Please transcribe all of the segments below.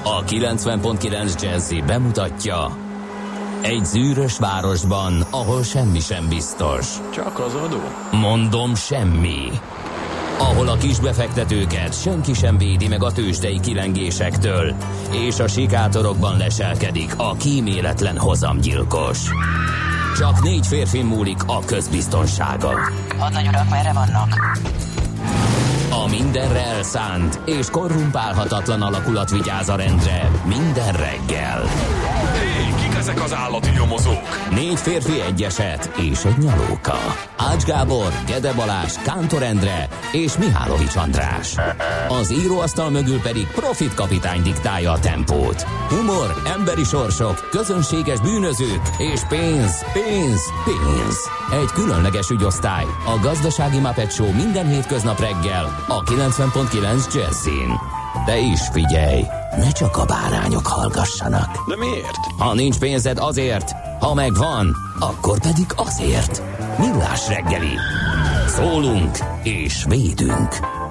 A 90.9 Jazzy bemutatja: egy zűrös városban, ahol semmi sem biztos. Csak az adó? Mondom, semmi. Ahol a kisbefektetőket senki sem védi meg a tőzsdei kilengésektől, és a sikátorokban leselkedik a kíméletlen hozamgyilkos. Csak 4 férfi múlik a közbiztonsága. Hadnagy urak, merre vannak? A mindenre elszánt és korrumpálhatatlan alakulat vigyáz a rendre minden reggel. Hé, kik ezek az állati nyomozók? 4 férfi, egy eset és egy nyalóka. Ács Gábor, Gede Balázs, Kántor Endre és Mihálovics András. Az íróasztal mögül pedig Profit kapitány diktálja a tempót. Humor, emberi sorsok, közönséges bűnözők és pénz, pénz, pénz. Egy különleges ügyosztály, a Gazdasági Muppet Show minden hétköznap reggel a 90.9 Jazzyn. De is figyelj, ne csak a bárányok hallgassanak. De miért? Ha nincs pénzed, azért, ha megvan, akkor pedig azért. Millás reggeli. Szólunk és védünk.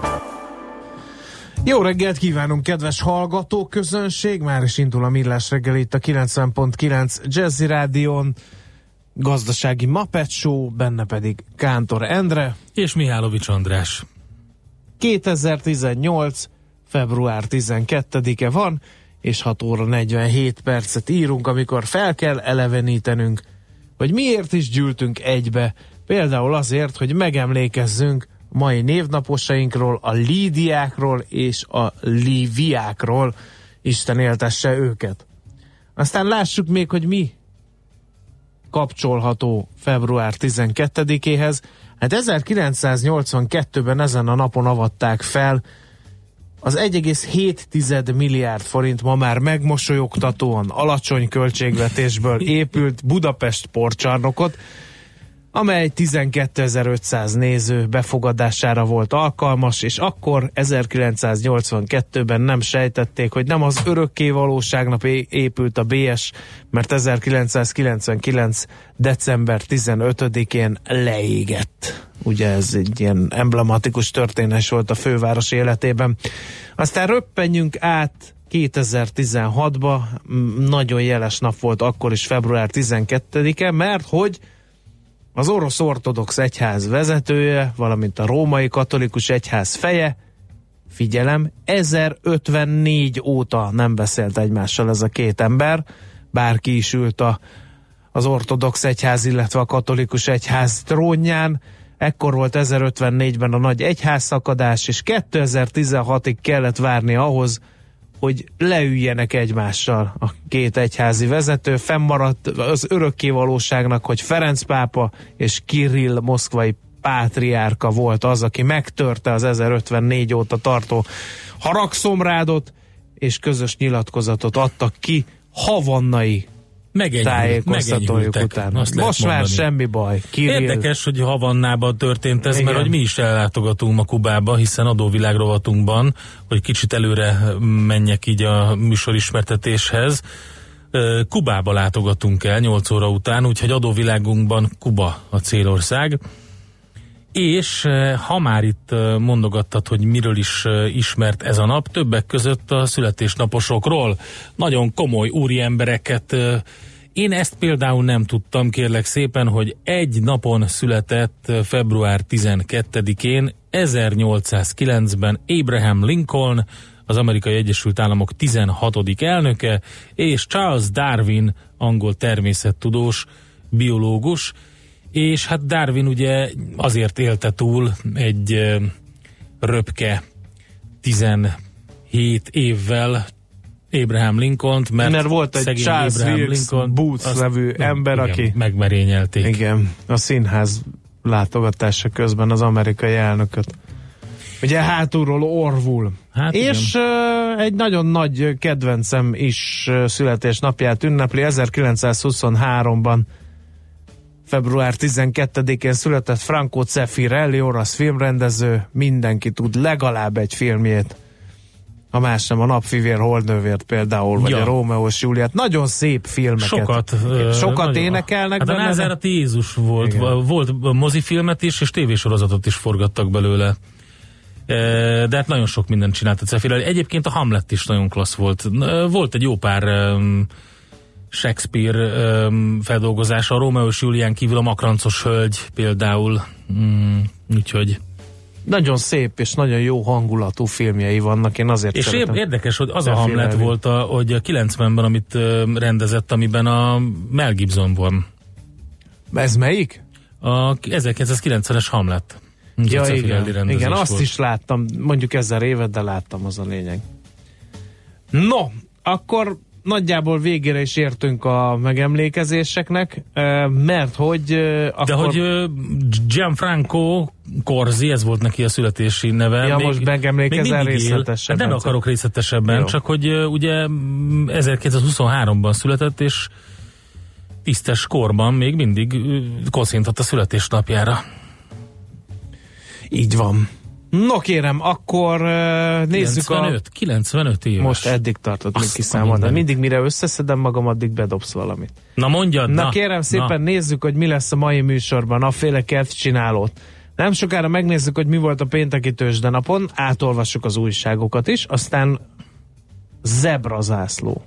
Jó reggelt kívánunk, kedves hallgatóközönség! Már is indul a Millás reggeli itt a 90.9 Jazzy Rádión. Gazdasági Muppet Show, benne pedig Kántor Endre és Mihálovics András. 2018. február 12-e van, és 6 óra 47 percet írunk, amikor fel kell elevenítenünk, hogy miért is gyűltünk egybe. Például azért, hogy megemlékezzünk mai névnaposainkról, a Lídiákról és a Líviákról. Isten éltesse őket. Aztán lássuk még, hogy mi kapcsolható február 12-éhez. Hát 1982-ben ezen a napon avatták fel az 1,7 milliárd forint ma már megmosolyogtatóan alacsony költségvetésből épült Budapest sportcsarnokot, amely 12.500 néző befogadására volt alkalmas, és akkor 1982-ben nem sejtették, hogy nem az örökké valóságnap épült a BS, mert 1999. december 15-én leégett. Ugye ez egy ilyen emblematikus történet volt a főváros életében. Aztán röppenjünk át 2016-ba, nagyon jeles nap volt akkor is február 12-e, mert hogy az orosz ortodox egyház vezetője, valamint a római katolikus egyház feje, figyelem, 1054 óta nem beszélt egymással ez a két ember, bárki is ült az ortodox egyház, illetve a katolikus egyház trónján. Ekkor volt 1054-ben a nagy egyházszakadás, és 2016-ig kellett várni ahhoz, hogy leüljenek egymással a két egyházi vezető. Fennmaradt az örökkévalóságnak, hogy Ferenc pápa és Kirill moszkvai pátriárka volt az, aki megtörte az 1054 óta tartó haragszomrádot, és közös nyilatkozatot adtak ki havannai tájékoztatójuk után. Most már mondani. Semmi baj. Kirill. Érdekes, hogy Havannában történt ez, igen. Mert hogy mi is ellátogatunk ma Kubába, hiszen adóvilág rovatunkban, hogy kicsit előre menjek így a műsorismertetéshez, Kubába látogatunk el 8 óra után, úgyhogy adóvilágunkban Kuba a célország. És ha már itt mondogattad, hogy miről is ismert ez a nap, többek között a születésnaposokról. Nagyon komoly úriembereket. Én ezt például nem tudtam, kérlek szépen, hogy egy napon született február 12-én 1809-ben Abraham Lincoln, az Amerikai Egyesült Államok 16. elnöke, és Charles Darwin, angol természettudós, biológus. És hát Darwin ugye azért élte túl egy röpke 17 évvel Abraham Lincolnt, mert volt egy Charles Wilkes Booth nevű ember, igen, aki megmerényelték. Igen, a színház látogatása közben az amerikai elnököt. Ugye hátulról orvul. Hát és egy nagyon nagy kedvencem is születésnapját ünnepli. 1923-ban február 12-én született Franco Zeffirelli, olasz filmrendező. Mindenki tud legalább egy filmjét. Ha más nem, a Napfivér Holdnővért például, vagy a Rómeó és Júliát. Nagyon szép filmeket. Sokat énekelnek benne. Hát a Názárati Jézus volt. Igen. Volt mozifilmet is, és tévésorozatot is forgattak belőle. De hát nagyon sok mindent csinált a Cefirelli. Egyébként a Hamlet is nagyon klassz volt. Volt egy jó pár Shakespeare feldolgozása, a Rómeó és Júlián kívül a Makrancos hölgy például. Úgyhogy nagyon szép és nagyon jó hangulatú filmjei vannak, én azért és szeretem. Érdekes, hogy az a Hamlet volt, hogy a 90-ben, amit rendezett, amiben a Mel Gibson van. Ez melyik? A 1990-es Hamlet. Ja, igen, azt is láttam, mondjuk 1000 évet, de láttam, az a lényeg. No, akkor nagyjából végére is értünk a megemlékezéseknek, mert hogy akkor... De hogy Gianfranco Corsi, ez volt neki a születési neve. Ja, most megemlékezel részletesebben. Hát nem akarok részletesebben, jó. Csak hogy ugye 1923-ban született, és tisztes korban még mindig koszintott a születésnapjára. Így van. No kérem, akkor nézzük 95 éves. Most eddig tartott, még kiszámolni. Mindig mire összeszedem magam, addig bedobsz valamit. Na mondjad. Na kérem szépen, nézzük, hogy mi lesz a mai műsorban, a féle kertcsinálót. Nem sokára megnézzük, hogy mi volt a pénteki tőzsdenapon, átolvassuk az újságokat is, aztán zebrazászló.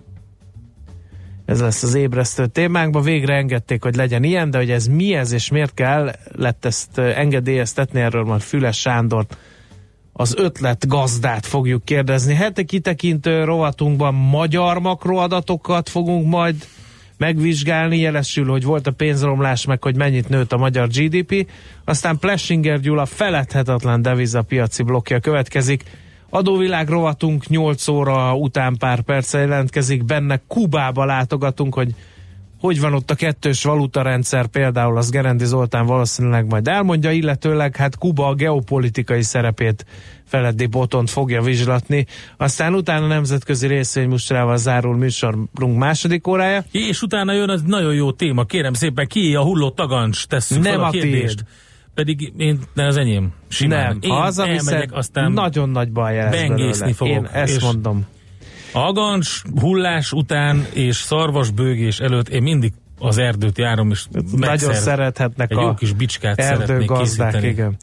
Ez lesz az ébresztő témánkban. Végre engedték, hogy legyen ilyen, de hogy ez mi ez és miért kell lett ezt engedélyeztetni, erről majd Füles Sándort, az ötlet gazdát fogjuk kérdezni. Heti kitekintő rovatunkban magyar makroadatokat fogunk majd megvizsgálni, jelesül, hogy volt a pénzromlás, meg hogy mennyit nőtt a magyar GDP. Aztán Plessinger Gyula feledhetetlen devizapiaci blokkja következik. Adóvilág rovatunk 8 óra után pár perccel jelentkezik, benne Kubába látogatunk, hogy van ott a kettős valutarendszer, például az Gerendi Zoltán valószínűleg majd elmondja, illetőleg hát Kuba a geopolitikai szerepét Feleddi Botont fogja vizslatni, aztán utána nemzetközi részvénymustrával zárul műsorunk második órája. És utána jön az nagyon jó téma, kérem szépen, ki a hulló tagancs, tesszük fel a kérdést. Pedig az enyém. Simán. Nem, ha hazaviszed, nagyon nagy baj lesz bengészni fogok. Én ezt mondom. Agancs, hullás után és szarvasbőgés előtt én mindig az erdőt járom, és nagyon szerethetnek egy jó kis bicskát szeretnék készíteni. Igen.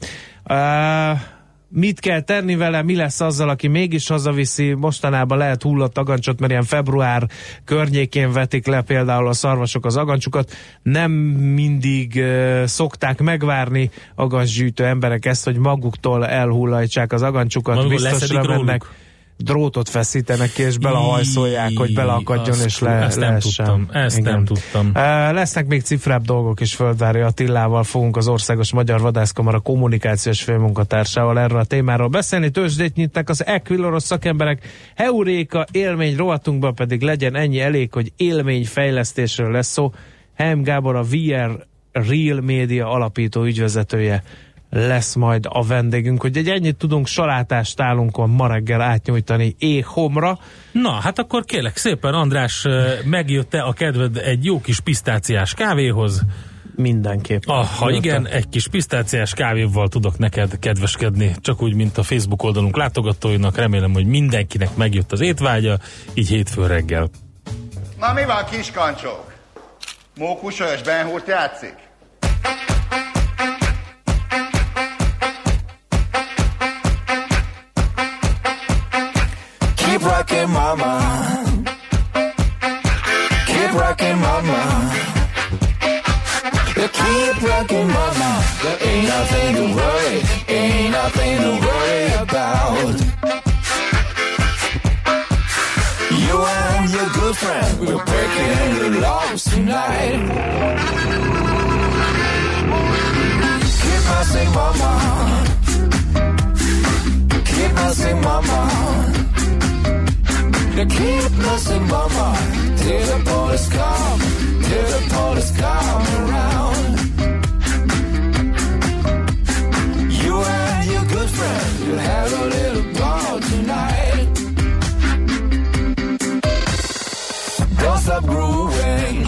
Mit kell tenni vele, mi lesz azzal, aki mégis hazaviszi, mostanában lehet hullott agancsot, mert ilyen február környékén vetik le például a szarvasok az agancsukat, nem mindig szokták megvárni agancsgyűjtő emberek ezt, hogy maguktól elhullajtsák az agancsukat, biztosra mennek, drótot feszítenek ki, és belehajszolják, hogy beleakadjon, és lehessen. Ezt nem tudtam. Lesznek még cifrább dolgok is, Földvári Attilával fogunk az Országos Magyar Vadászkamara kommunikációs főmunkatársával erről a témáról beszélni. Tőzsdét nyitnak az Equiloros szakemberek, Heuréka élmény rovatunkban pedig legyen ennyi elég, hogy élményfejlesztésről lesz szó. Heim Gábor, a VR Real Media alapító ügyvezetője lesz majd a vendégünk, hogy ennyit tudunk salátás tálunkon ma reggel átnyújtani éhomra. Na, hát akkor kérlek szépen, András, megjött-e a kedved egy jó kis pisztáciás kávéhoz? Mindenképp. Ha igen, egy kis pisztáciás kávéval tudok neked kedveskedni, csak úgy, mint a Facebook oldalunk látogatóinak. Remélem, hogy mindenkinek megjött az étvágya, így hétfő reggel. Na mi van, kiskancsók? Mókusös Ben Hurt játszik? Keep rocking, mama. Keep rocking, mama. Keep rocking, mama. There ain't nothing to worry, ain't nothing to worry about. You and your good friend, we're breaking the laws tonight. Keep rocking, mama. Keep rocking, mama. They keep messing mama till the police come, till the police come around. You and your good friend, you'll have a little ball tonight. Don't stop grooving,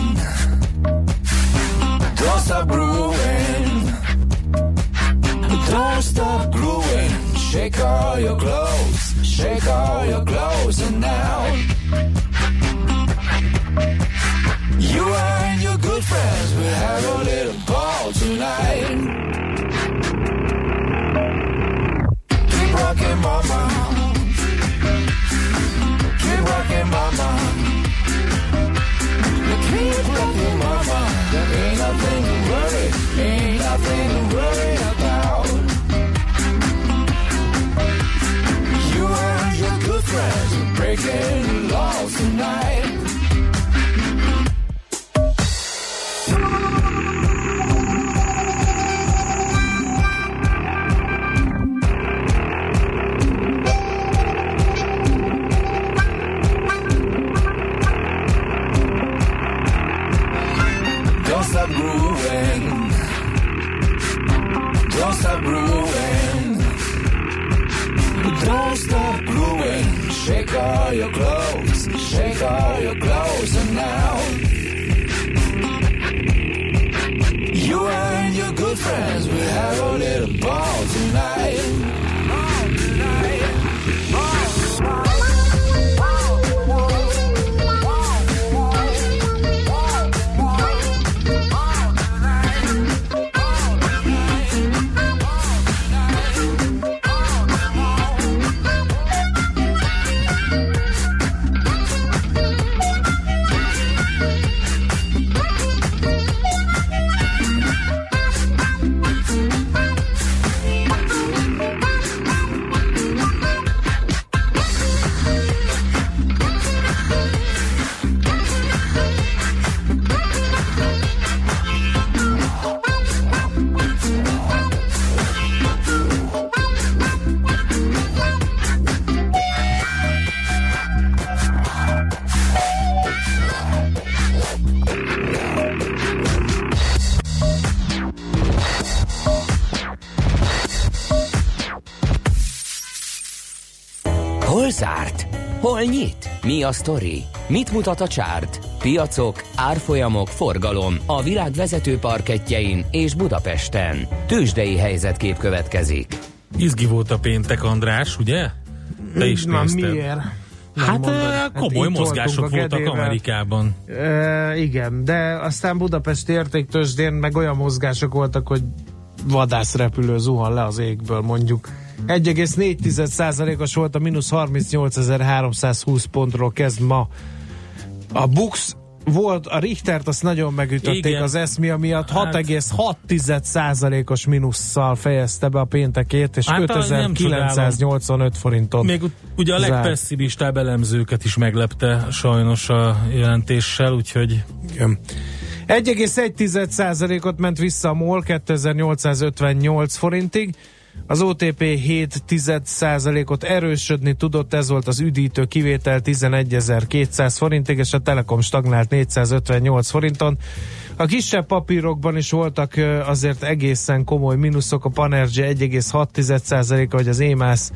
don't stop grooving, don't stop grooving. Shake all your clothes, shake all your clothes and now you and your good friends will Shake all your clothes, shake all your clothes, and now you and your good friends will have a little ball tonight. Hol zárt? Hol nyit? Mi a sztori? Mit mutat a csárt? Piacok, árfolyamok, forgalom a világ vezető parkettjein és Budapesten. Tőzsdei helyzetkép következik. Izgi volt a péntek, András, ugye? Te is nézted. Miért? Hát komoly mozgások voltak Amerikában. Igen, de aztán Budapesti értéktőzsdén meg olyan mozgások voltak, hogy vadászrepülő zuhan le az égből, mondjuk. 1,4%-os volt a mínusz 38.320 pontról kezd ma. A Bux volt, a Richtert azt nagyon megütötték. Igen. Az ESMIA miatt 6,6%-os mínusszal fejezte be a péntekét, és 5985 forintot. Még ugye a legpesszibistább elemzőket is meglepte sajnos a jelentéssel, úgyhogy... Igen. 1,1%-ot ment vissza a MOL 2858 forintig, az OTP 7,1%-ot erősödni tudott, ez volt az üdítő kivétel 11.200 forintig, és a Telekom stagnált 458 forinton. A kisebb papírokban is voltak azért egészen komoly mínuszok, a Panergy 1,6%-a, vagy az EMAS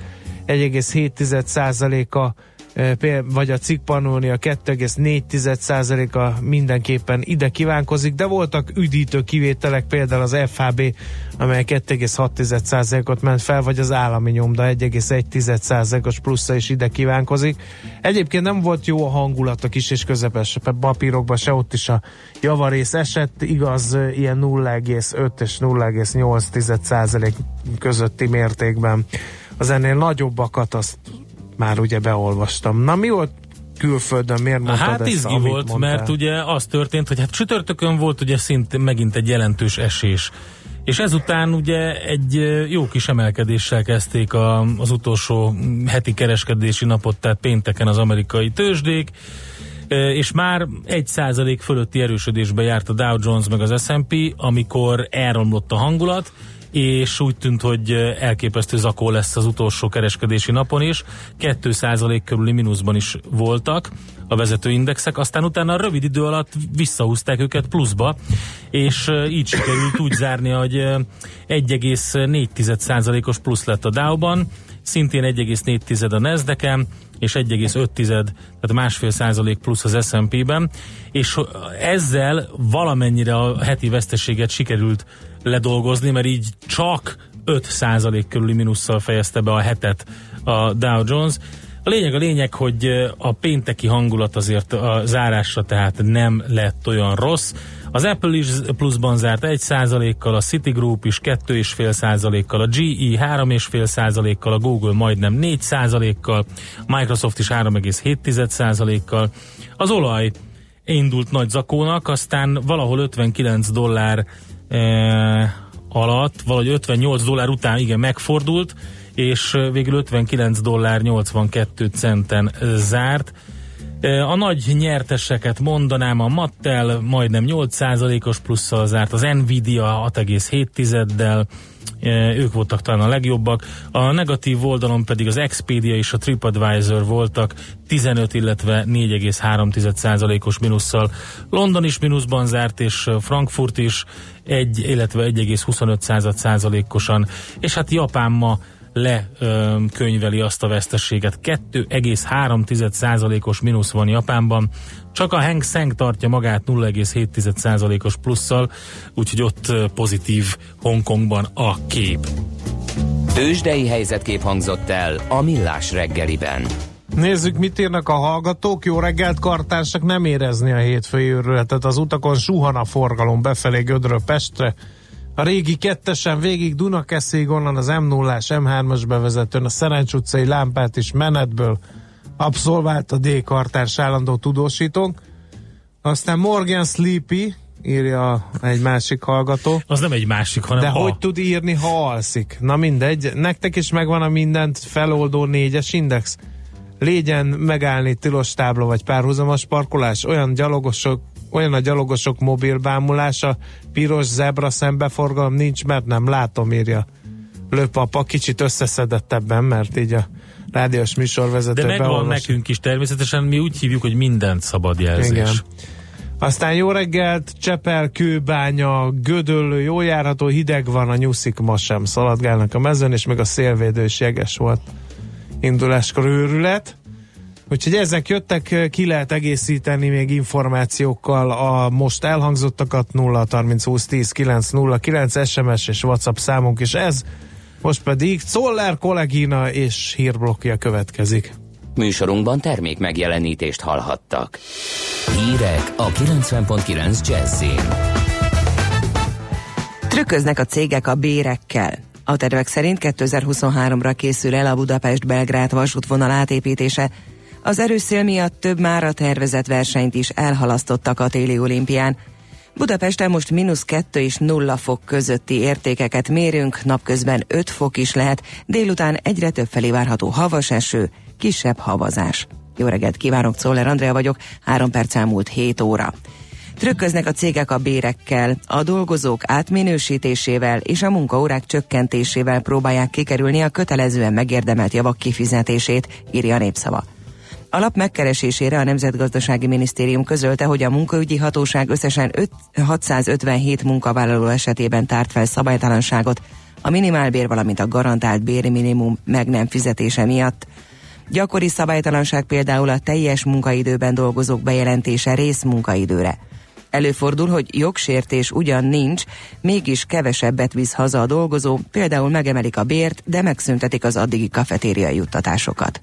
1,7%-a, vagy a Cikk Pannonia 2,4%-a mindenképpen ide kívánkozik, de voltak üdítő kivételek, például az FHB, amely 2,6%-ot ment fel, vagy az állami nyomda 1,1%-os plusza is ide kívánkozik. Egyébként nem volt jó a hangulat a kis és közepes papírokban, se ott is a javarész esett, igaz, ilyen 0,5 és 0,8% közötti mértékben. Az ennél nagyobbakat azt már ugye beolvastam. Na, mi volt külföldön? Miért mondtad hát ezt, izgi volt, mondtál? Mert ugye az történt, hogy hát csütörtökön volt ugye megint egy jelentős esés. És ezután ugye egy jó kis emelkedéssel kezdték az utolsó heti kereskedési napot, tehát pénteken az amerikai tőzsdék, és már 1% fölötti erősödésbe járt a Dow Jones meg az S&P, amikor elromlott a hangulat, és úgy tűnt, hogy elképesztő zakó lesz az utolsó kereskedési napon is. 2% körüli mínuszban is voltak a vezető indexek, aztán utána a rövid idő alatt visszahúzták őket pluszba, és így sikerült úgy zárni, hogy 1,4%-os plusz lett a Dow-ban, szintén 1,4 a Nasdaq-en, és 1,5, tehát 1,5% plusz az S&P-ben, és ezzel valamennyire a heti veszteséget sikerült ledolgozni, mert így csak 5% körüli mínusszal fejezte be a hetet a Dow Jones. A lényeg, hogy a pénteki hangulat azért a zárásra tehát nem lett olyan rossz. Az Apple is pluszban zárt 1%-kal, a Citigroup is 2,5%-kal, a GE 3,5%-kal, a Google majdnem 4%-kal, Microsoft is 3,7%-kal. Az olaj indult nagy zakónak, aztán valahol $59 alatt, valahogy $58 után igen megfordult, és végül $59.82 zárt. A nagy nyerteseket mondanám, a Mattel majdnem 8%-os plusszal zárt, az Nvidia 6,7-del, ők voltak talán a legjobbak. A negatív oldalon pedig az Expedia és a TripAdvisor voltak 15, illetve 4,3%-os mínusszal. London is mínuszban zárt, és Frankfurt is illetve 1,25%-osan. És hát Japán ma lekönyveli azt a veszteséget. 2,3%-os mínusz van Japánban, csak a Hang Seng tartja magát 0,7%-os plusszal, úgyhogy ott pozitív Hongkongban a kép. Tőzsdei helyzetkép hangzott el a Millás reggeliben. Nézzük, mit írnak a hallgatók. Jó reggelt, kartársak, nem érezni a hétfői őrületet. Az utakon suhan a forgalom befelé Gödről Pestre. A régi kettesen végig Dunakeszig, onnan az M0-ás, M3-as bevezetőn a Szerencs utcai lámpát is menetből abszolvált a D-kartárs állandó tudósítónk. Aztán Morgan Sleepy, írja egy másik hallgató. Az nem egy másik, hanem de hogy tud írni, ha alszik? Na mindegy, nektek is megvan a mindent feloldó 4-es index. Legyen megállni tilos tábla vagy párhuzamos parkolás, olyan a gyalogosok mobil bámulása, piros zebra szembeforgalom nincs, mert nem látom, írja Lőpapa, kicsit összeszedettebben, mert így a rádiós műsorvezető de megvan beolvas. Nekünk is természetesen, mi úgy hívjuk, hogy mindent szabad jelzés. Igen. Aztán jó reggelt, Csepel, Kőbánya, Gödöllő, jó járható, hideg van, a nyuszik ma sem szaladgálnak a mezőn, és meg a szélvédő is jeges volt induláskor őrület. Úgyhogy ezek jöttek, ki lehet egészíteni még információkkal a most elhangzottakat. 0-30 20 10 909 SMS és WhatsApp számunk is ez. Most pedig Czoller kollégina és hírblokja következik. Műsorunkban termék megjelenítést hallhattak. Hírek a 90.9 Jazzin. Trükköznek a cégek a bérekkel. A tervek szerint 2023-ra készül el a Budapest-Belgrád vasútvonal átépítése. Az erős szél miatt több mára tervezett versenyt is elhalasztottak a téli olimpián. Budapesten most -2 és 0 fok közötti értékeket mérünk, napközben 5 fok is lehet, délután egyre többfelé várható havas eső, kisebb havazás. Jó reggelt kívánok, Czoller Andrea vagyok, 3 perc elmúlt 7 óra. Trükköznek a cégek a bérekkel, a dolgozók átminősítésével és a munkaórák csökkentésével próbálják kikerülni a kötelezően megérdemelt javak kifizetését, írja a Népszava. A lap megkeresésére a Nemzetgazdasági Minisztérium közölte, hogy a munkaügyi hatóság összesen 657 munkavállaló esetében tárt fel szabálytalanságot a minimálbér, valamint a garantált bérminimum meg nem fizetése miatt. Gyakori szabálytalanság például a teljes munkaidőben dolgozók bejelentése részmunkaidőre. Előfordul, hogy jogsértés ugyan nincs, mégis kevesebbet visz haza a dolgozó, például megemelik a bért, de megszüntetik az addigi kafetériai juttatásokat.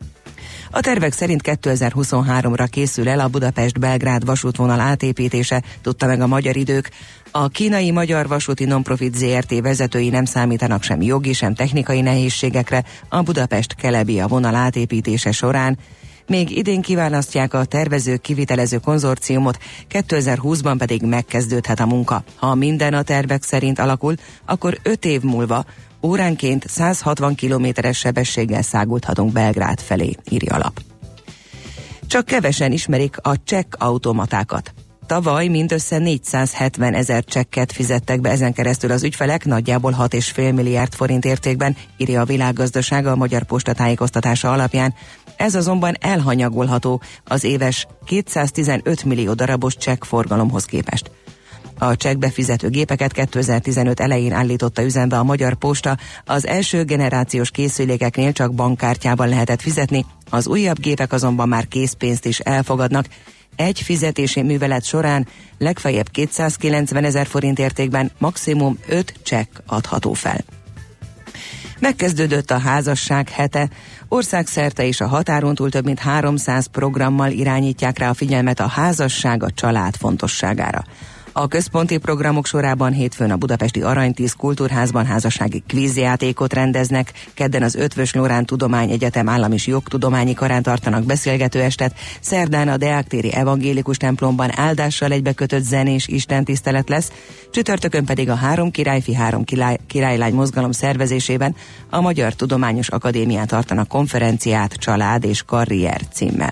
A tervek szerint 2023-ra készül el a Budapest-Belgrád vasútvonal átépítése, tudta meg a Magyar Idők. A kínai Magyar Vasúti Nonprofit Zrt. Vezetői nem számítanak sem jogi, sem technikai nehézségekre a Budapest-Kelebia vonal átépítése során. Még idén kiválasztják a tervező-kivitelező konzorciumot, 2020-ban pedig megkezdődhet a munka. Ha minden a tervek szerint alakul, akkor 5 év múlva óránként 160 kilométeres sebességgel száguldhatunk Belgrád felé, írja a lap. Csak kevesen ismerik a csekk automatákat. Tavaly mindössze 470 000 csekket fizettek be ezen keresztül az ügyfelek, nagyjából 6,5 milliárd forint értékben, írja a Világgazdaság a Magyar Posta tájékoztatása alapján. Ez azonban elhanyagolható az éves 215 millió darabos csekkforgalomhoz képest. A csekkbefizető gépeket 2015 elején állította üzembe a Magyar Posta, az első generációs készülékeknél csak bankkártyában lehetett fizetni, az újabb gépek azonban már készpénzt is elfogadnak. Egy fizetési művelet során legfeljebb 290 000 forint értékben maximum 5 csekk adható fel. Megkezdődött a házasság hete. Országszerte és a határon túl több mint 300 programmal irányítják rá a figyelmet a házasság, a család fontosságára. A központi programok sorában hétfőn a budapesti Aranytíz Kultúrházban házassági kvízjátékot rendeznek, kedden az Eötvös Loránd Tudományegyetem Állam- és Jogtudományi Karán tartanak beszélgetőestet, szerdán a Deák-téri Evangélikus templomban áldással egybekötött zenés istentisztelet lesz, csütörtökön pedig a 3 királyfi, 3 királylány mozgalom szervezésében a Magyar Tudományos Akadémián tartanak konferenciát Család és karrier címmel.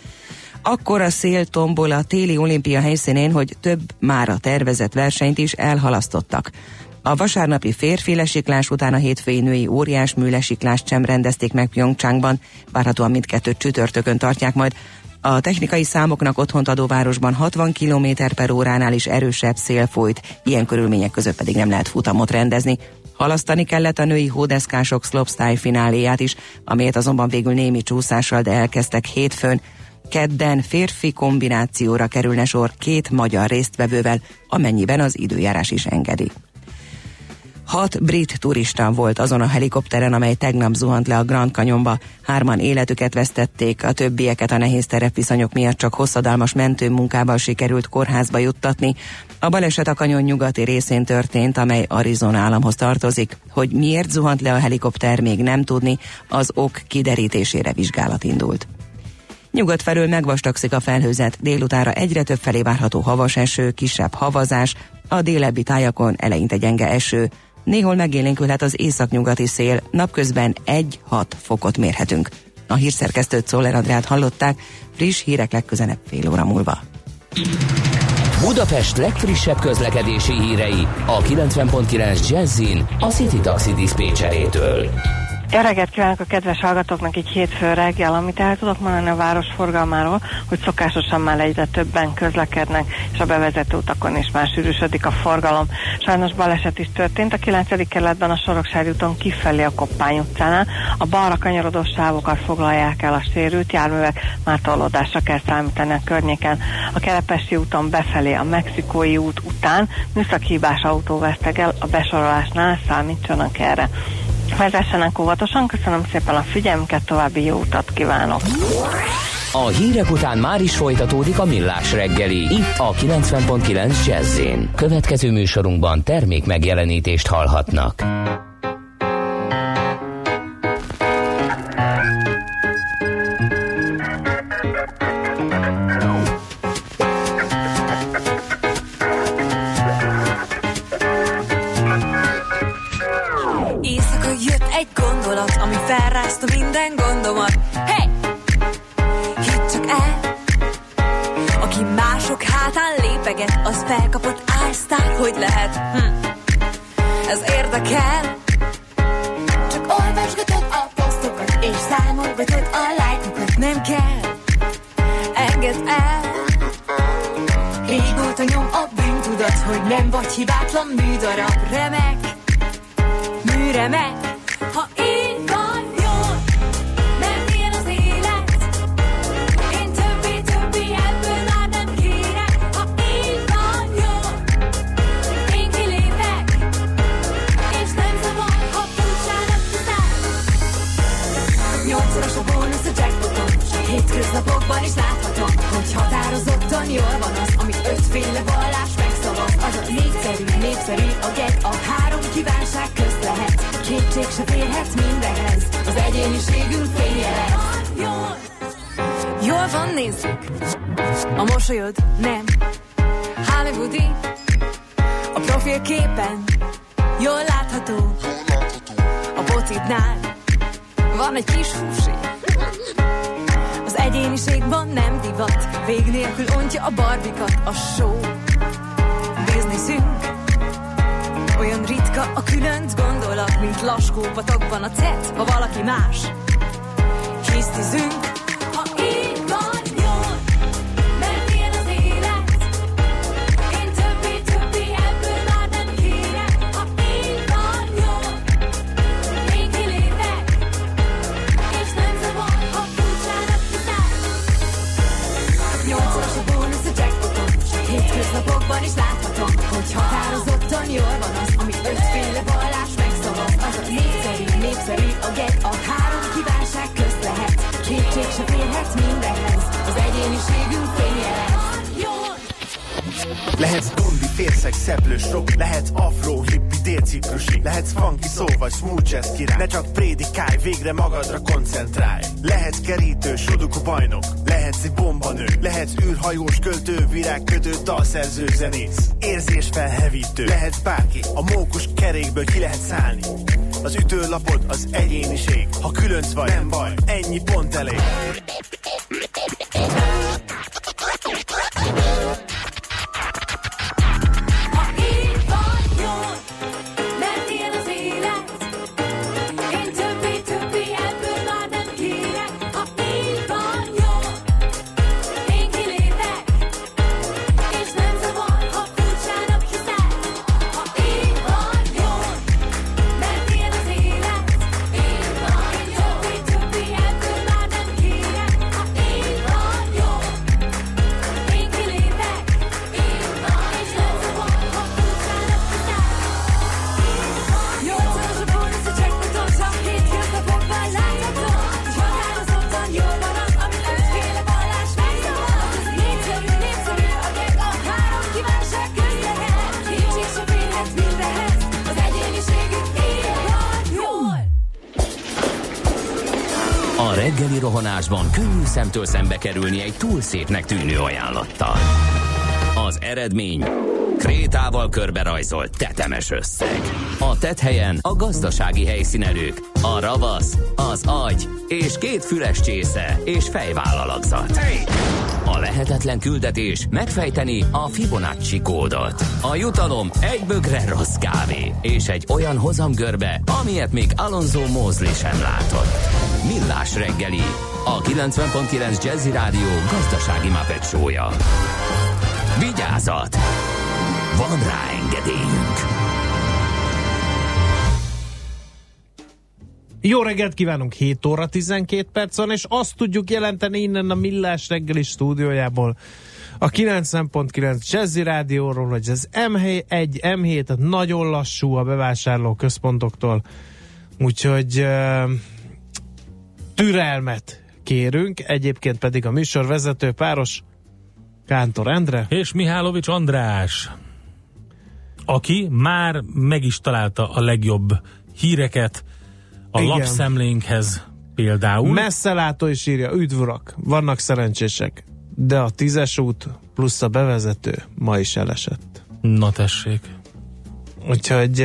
Akkora szél tombol a téli olimpia helyszínén, hogy több mára tervezett versenyt is elhalasztottak. A vasárnapi férfi lesiklás után a hétfői női óriásmű lesiklást sem rendezték meg Pyeongchangban, várhatóan mindkettőt csütörtökön tartják majd. A technikai számoknak otthont adó városban 60 km/óránál is erősebb szél folyt, ilyen körülmények között pedig nem lehet futamot rendezni. Halasztani kellett a női hódeszkások slopestyle fináléját is, amelyet azonban végül némi csúszással, de elkezdtek hétfőn. Kedden férfi kombinációra kerülne sor 2 magyar résztvevővel, amennyiben az időjárás is engedi. 6 brit turista volt azon a helikopteren, amely tegnap zuhant le a Grand Canyonba. 3 életüket vesztették, a többieket a nehéz terepviszonyok miatt csak hosszadalmas mentőmunkával sikerült kórházba juttatni. A baleset a kanyon nyugati részén történt, amely Arizona államhoz tartozik. Hogy miért zuhant le a helikopter, még nem tudni, az ok kiderítésére vizsgálat indult. Nyugat felől megvastagszik a felhőzet, délutánra egyre több felé várható havas eső, kisebb havazás, a délebbi tájakon eleinte gyenge eső. Néhol megélénkülhet az északnyugati szél, napközben 1-6 fokot mérhetünk. A hírszerkesztőt, Czoller Andrát hallották, friss hírek legközelebb fél óra múlva. Budapest legfrissebb közlekedési hírei a 90.9 Jazzin a City Taxi diszpécserétől. Jó reggelt kívánok a kedves hallgatóknak így hétfő reggel, amit el tudok mondani a város forgalmáról, hogy szokásosan már egyre többen közlekednek, és a bevezető utakon is már sűrűsödik a forgalom. Sajnos baleset is történt a 9. kerületben a Soroksári úton kifelé a Koppány utcánál. A balra kanyarodó sávokat foglalják el a sérült járművek, már torlódásra kell számítani a környéken. A Kerepesi úton befelé a Mexikói út után műszaki-hibás autó vesztegel, a besorolásnál számítsanak erre. Vezessenek óvatosan, köszönöm szépen a figyelmüket, további jó utat kívánok! A hírek után már is folytatódik a Millás reggeli, itt a 90.9 Jazz-én. Következő műsorunkban termék megjelenítést hallhatnak. Ami felrázta minden gondomat. Hey! Hidd csak el, aki mások hátán lépeget, az felkapott álsztár, hogy lehet. Ez érdekel. Csak olvasgatod a posztokat, és számolgatod a lájkokat. Nem kell, engedd el. Régóta nyom a bűntudat, hogy nem vagy hibátlan műdarab. Remek, műremek. Ha így van jól, mert ilyen az élet, én többé ebből már nem kérek. Ha így van jól, én kilépek, és nem zavar, ha furcsának teszek. 8-szoros a bónusz a jackpoton, hétköznapokban is láthatom, hogy határozottan jól van az, ami 5 féle vallás megszavaz. Az a népszerű a get, a 3 kívánság közt lehet. Kétség se férhet mindenhez, az egyéniségünk fényjelet. Jól van, nézzük, a mosolyod nem hollywoodi, a profilképen jól látható, a botidnál van egy kis húsi. Az egyéniségben nem divat, vég nélkül ontja a barbikat a show. Bizniszünk olyan ritka a különc gondolat, mint laskó patakban a cet, ha valaki más. Hisztizünk, ha így van jól, mert ilyen az élet, én többé ebből már nem kérek. Ha így van jól, én kilépek, és nem zavar, ha furcsának teszek. 8-szoros a bónusz a jackpoton, hétköznapokban is láthatom, hogy határozottan jól van az, ami 5 féle vallás megszavaz. Az a népszerű a get, a 3 kívánság közt lehet. Kétség se férhet mindenhez, az egyéniségünk fényjelet. Lehetsz gondi, férszeg, szeplős rock, lehetsz afro, hippi, délciprusi, lehetsz funky soul vagy smooth jazz király. Ne csak prédikálj, végre magadra koncentrálj. Lehetsz kerítő, sudoku bajnok, lehetsz egy bombanő, lehetsz űrhajós, költő, virágkötő, dalszerző, zenész, érzésfelhevítő. Lehetsz bárki, a mókus kerékből ki lehet szállni. Az ütőlapod az egyéniség, ha különc vagy, nem baj, ennyi pont elég. reggeli rohanásban könnyű szemtől szembe kerülni egy túl szépnek tűnő ajánlattal. Az eredmény krétával körberajzolt tetemes összeg. A tetthelyen a gazdasági helyszínelők, a ravasz, az agy és 2 füles csésze és fejvállalakzat. A lehetetlen küldetés megfejteni a Fibonacci kódot. A jutalom egy bögre rossz kávé és egy olyan hozamgörbe, amilyet még Alonso Mosley sem látott. Millás reggeli, a 90.9 Jazzy Rádió gazdasági Muppet show-ja. Vigyázat! Van rá engedélyünk! Jó reggelt kívánunk, 7 óra 12 perc van, és azt tudjuk jelenteni innen a Millás reggeli stúdiójából, a 90.9 Jazzy Rádióról, hogy az M1, M7 nagyon lassú a bevásárló központoktól, úgyhogy türelmet kérünk, egyébként pedig a műsorvezető páros Kántor Endre és Mihálovics András, aki már meg is találta a legjobb híreket a lapszemlénkhez például. Messzelátó is írja, üdv urak, vannak szerencsések, de a 10-es út plusz a bevezető ma is elesett. Na tessék. Úgyhogy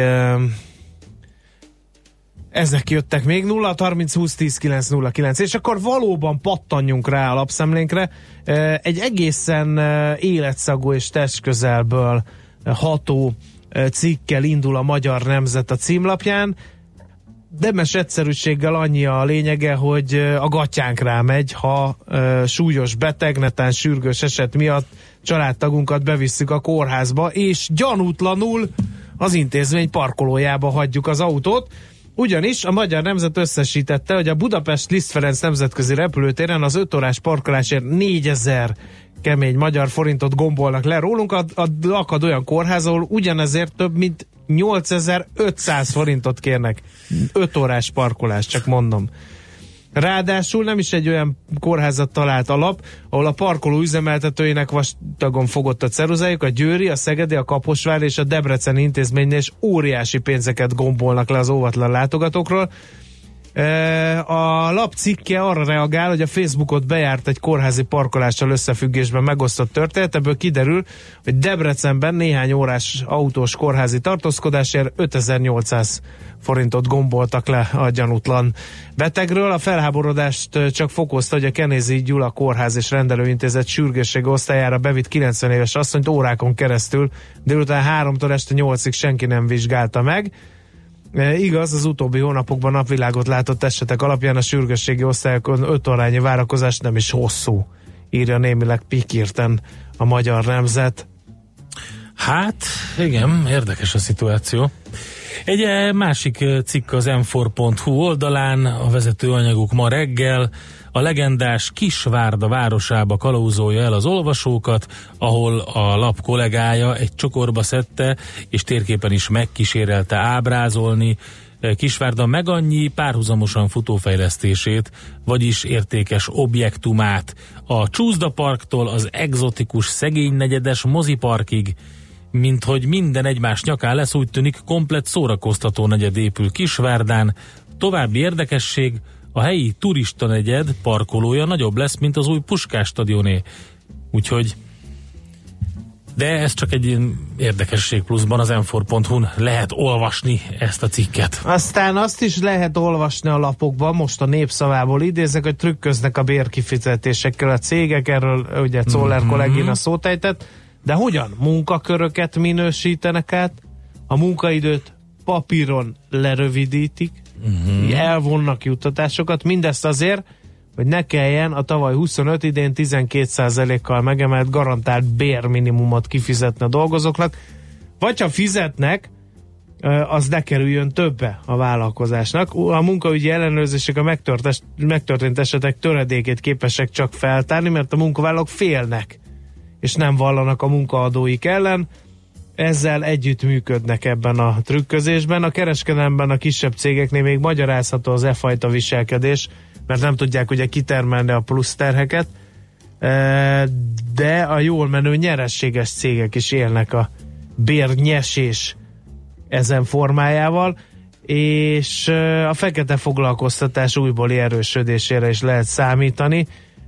ezek jöttek még 0-30-20-10-9-09, és akkor valóban pattanjunk rá a lapszemlénkre. Egy egészen életszagú és testközelből ható cikkel indul a Magyar Nemzet a címlapján. Demes egyszerűséggel annyi a lényege, hogy a gatyánk rámegy, ha súlyos beteg, netán sürgős eset miatt családtagunkat bevisszük a kórházba, és gyanútlanul az intézmény parkolójába hagyjuk az autót. Ugyanis a Magyar Nemzet összesítette, hogy a Budapest Liszt Ferenc nemzetközi repülőtéren az 5 órás parkolásért 4000 kemény magyar forintot gombolnak le rólunk, akad olyan kórház, ahol ugyanezért több mint 8500 forintot kérnek. 5 órás parkolás, csak mondom. Ráadásul nem is egy olyan kórházat talált a lap, ahol a parkoló üzemeltetőinek vastagon fogott a ceruzájuk, a győri, a szegedi, a Kaposvár és a debreceni intézménynél is óriási pénzeket gombolnak le az óvatlan látogatókról. A lap cikke arra reagál, hogy a Facebookot bejárt egy kórházi parkolással összefüggésben megosztott történet, ebből kiderül, hogy Debrecenben néhány órás autós kórházi tartózkodásért 5800 forintot gomboltak le a gyanútlan betegről. A felháborodást csak fokozta, hogy a Kenézi Gyula Kórház és Rendelőintézet sürgősségi osztályára bevitt 90 éves asszonyt órákon keresztül, délután 3-tól este 8-ig senki nem vizsgálta meg. Igaz, az utóbbi hónapokban napvilágot látott esetek alapján a sürgősségi osztályokon 5 órányi várakozás nem is hosszú, írja némileg pikírten a Magyar Nemzet. Hát, igen, érdekes a szituáció. Egy másik cikk az m4.hu oldalán, a vezetőanyaguk ma reggel, a legendás Kisvárda városába kalauzolja el az olvasókat, ahol a lap kollégája egy csokorba szedte, és térképen is megkísérelte ábrázolni Kisvárda meg annyi párhuzamosan futófejlesztését, vagyis értékes objektumát. A Csúszda Parktól az egzotikus szegénynegyedes moziparkig, mint hogy minden egymás nyakán lesz, úgy tűnik komplett szórakoztató negyed épül Kisvárdán. További érdekesség, a helyi turista negyed parkolója nagyobb lesz, mint az új Puskás stadioné. Úgyhogy, de ez csak egy érdekesség pluszban, az m4.hu-n lehet olvasni ezt a cikket. Aztán azt is lehet olvasni a lapokban, most a Népszavából idézek, hogy trükköznek a bérkifizetésekkel a cégek, erről ugye Czoller kollégina szót ejtett, de hogyan? Munkaköröket minősítenek át, a munkaidőt papíron lerövidítik, elvonnak juttatásokat, mindezt azért, hogy ne kelljen a tavaly 25, idén 12%-kal megemelt garantált bérminimumot kifizetni a dolgozóknak, vagy ha fizetnek, az ne kerüljön többe a vállalkozásnak. A munkaügyi ellenőrzések a megtörtént esetek töredékét képesek csak feltárni, mert a munkavállalók félnek, és nem vallanak a munkaadóik ellen. Ezzel együtt működnek ebben a trükközésben. A kereskedelemben a kisebb cégeknél még magyarázható az e-fajta viselkedés, mert nem tudják ugye kitermelni a plusz terheket, de a jól menő nyerességes cégek is élnek a bérnyesés ezen formájával. és a fekete foglalkoztatás újbóli erősödésére is lehet számítani.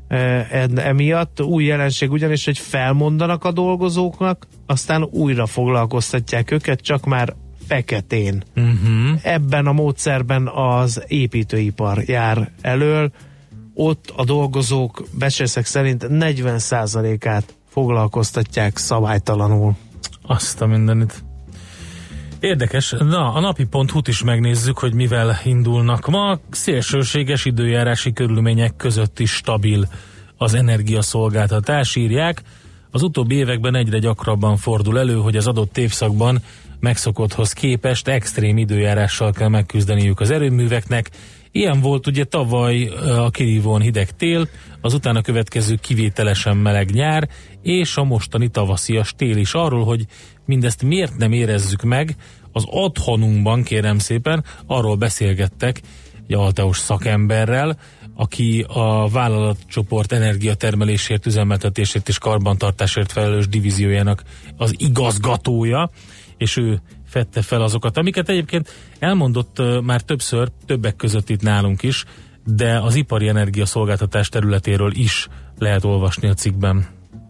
Emiatt új jelenség ugyanis, hogy felmondanak a dolgozóknak, aztán újra foglalkoztatják őket, csak már feketén. Ebben a módszerben az építőipar jár elől, ott a dolgozók becsészek szerint 40%-át foglalkoztatják szabálytalanul. Azt a mindenit. Érdekes. Na, a napi.hu-t is megnézzük, hogy mivel indulnak ma. Szélsőséges időjárási körülmények között is stabil az energiaszolgáltatás, írják. Az utóbbi években egyre gyakrabban fordul elő, hogy az adott évszakban megszokotthoz képest extrém időjárással kell megküzdeniük az erőműveknek. Ilyen volt ugye tavaly a kirívóan hideg tél, az utána következő kivételesen meleg nyár, és a mostani tavaszias tél is. Arról, hogy mindezt miért nem érezzük meg, az otthonunkban, kérem szépen, arról beszélgettek egy alteos szakemberrel, aki a vállalatcsoport energiatermelésért, üzemeltetésért és karbantartásért felelős divíziójának az igazgatója, és ő fedte fel azokat, amiket egyébként elmondott már többször, többek között itt nálunk is, de az ipari energiaszolgáltatás területéről is lehet olvasni a cikkben.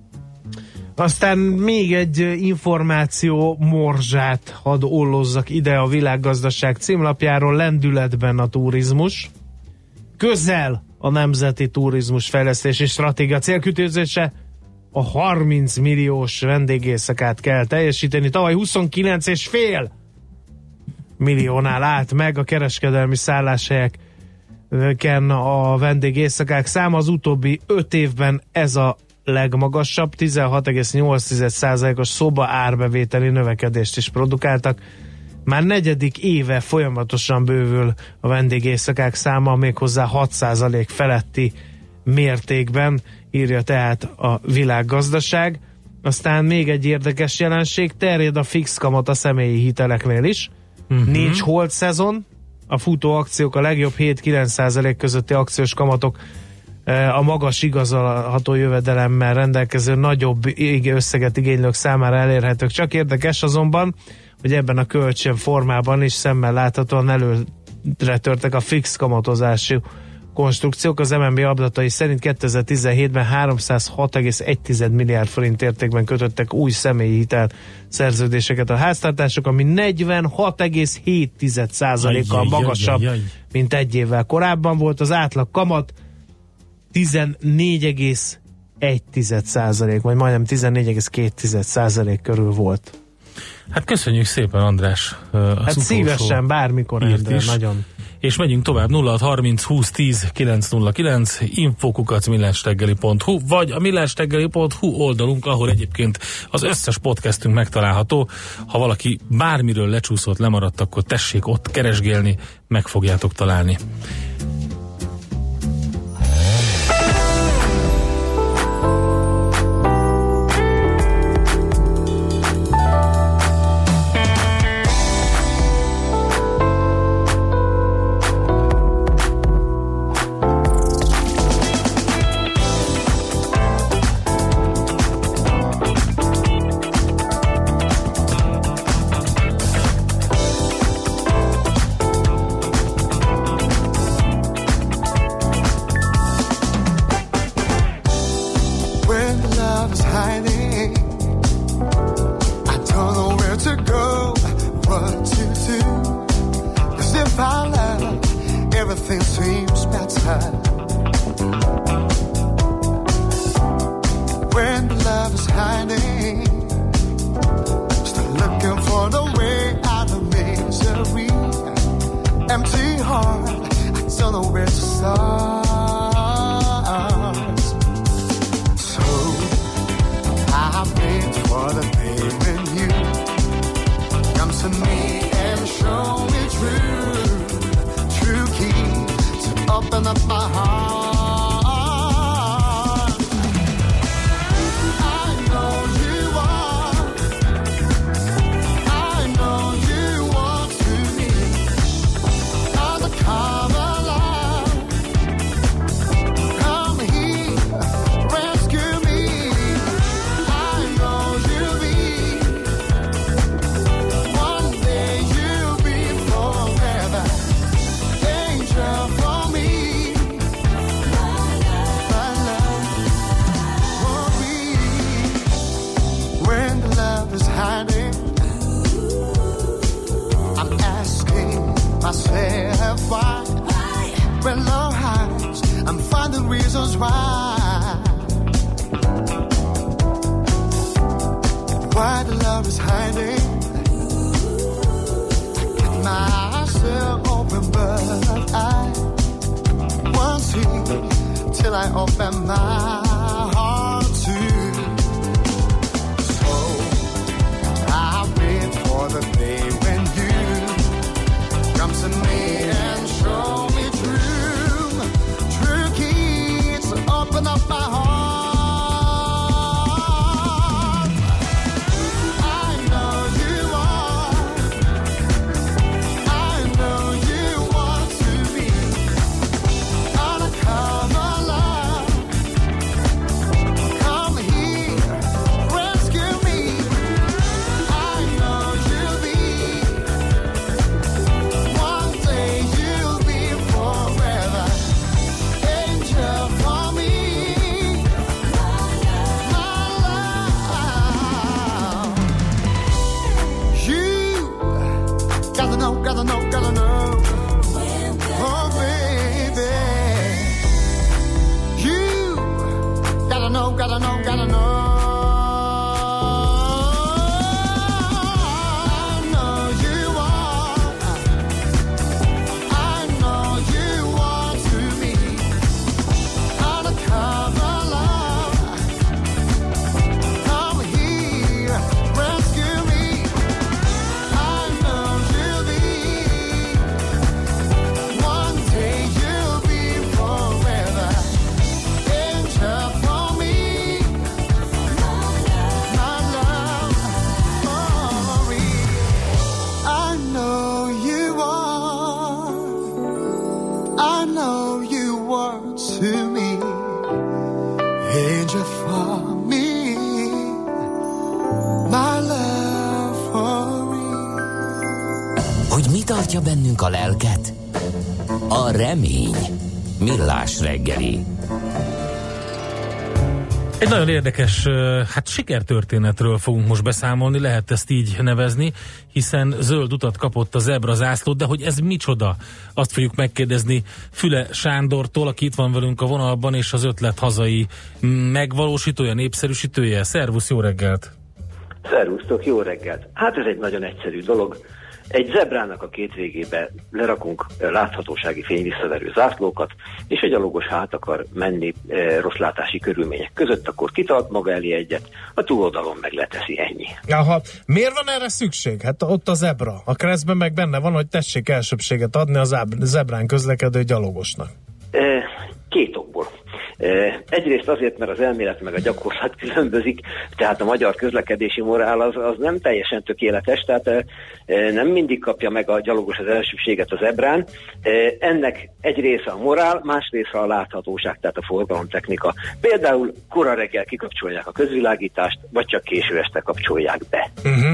Aztán még egy információ morzsát hadd ollozzak ide a Világgazdaság címlapjáról. Lendületben a turizmus. Közel a Nemzeti Turizmus Fejlesztési Stratégia célkitűzése, a 30 milliós vendégészakát kell teljesíteni. Tavaly 29,5 milliónál állt meg a kereskedelmi szálláshelyeken a vendégészakák száma. Az utóbbi 5 évben ez a legmagasabb, 16,8%-os szoba árbevételi növekedést is produkáltak. Már negyedik éve folyamatosan bővül a vendégészakák száma, méghozzá 6% feletti mértékben, írja tehát a Világgazdaság. Aztán még egy érdekes jelenség, terjed a fix kamat a személyi hiteleknél is. Nincs hold szezon, a futó akciók, a legjobb 7-9% közötti akciós kamatok a magas igazolható jövedelemmel rendelkező nagyobb összeget igénylők számára elérhetők. Csak érdekes azonban, hogy ebben a kölcsönformában is szemmel láthatóan előre törtek a fix kamatozású konstrukciók. Az MNB adatai szerint 2017-ben 306,1 milliárd forint értékben kötöttek új személyi hitel szerződéseket a háztartások, ami 46,7%-kal magasabb, mint egy évvel korábban volt. Az átlag kamat 14,1%, vagy majdnem 14,2% körül volt. Hát köszönjük szépen, András. Hát szívesen, bármikor, Endre, nagyon. És megyünk tovább, 0630 20 10 909, info@millásreggeli.hu, vagy a millásreggeli.hu oldalunk, ahol egyébként az összes podcastünk megtalálható. Ha valaki bármiről lecsúszott, lemaradt, akkor tessék ott keresgélni, meg fogjátok találni. Open up my heart. Why the love is hiding. Myself open, but I won't see till I open my heart to. So I wait for the day when you come to me and show me true keys to open up my heart. Gotta know. Oh, baby. You gotta know. Tartja bennünk a lelket? A remény. Millás reggeli. Egy nagyon érdekes, sikertörténetről fogunk most beszámolni, lehet ezt így nevezni, hiszen zöld utat kapott a zebra zászlót, de hogy ez micsoda? Azt fogjuk megkérdezni Füle Sándortól, aki itt van velünk a vonalban, és az ötlet hazai megvalósítója, népszerűsítője. Szervusz, jó reggelt! Szervusztok, jó reggelt! Hát ez egy nagyon egyszerű dolog. Egy zebrának a két végébe lerakunk láthatósági fényvisszaverő zászlókat, és egy gyalogos hát akar menni rossz látási körülmények között, akkor kitart maga elé egyet, a túloldalon meg leteszi, ennyi. Aha, miért van erre szükség? Hát ott a zebra. A keresztben meg benne van, hogy tessék elsőbséget adni a zebrán közlekedő gyalogosnak. Két okból. Egyrészt azért, mert az elmélet meg a gyakorlat különbözik, tehát a magyar közlekedési morál az nem teljesen tökéletes, tehát nem mindig kapja meg a gyalogos az elsőbséget a zebrán. Ennek egy része a morál, más része a láthatóság, tehát a forgalomtechnika. Például kora reggel kikapcsolják a közvilágítást, vagy csak késő este kapcsolják be.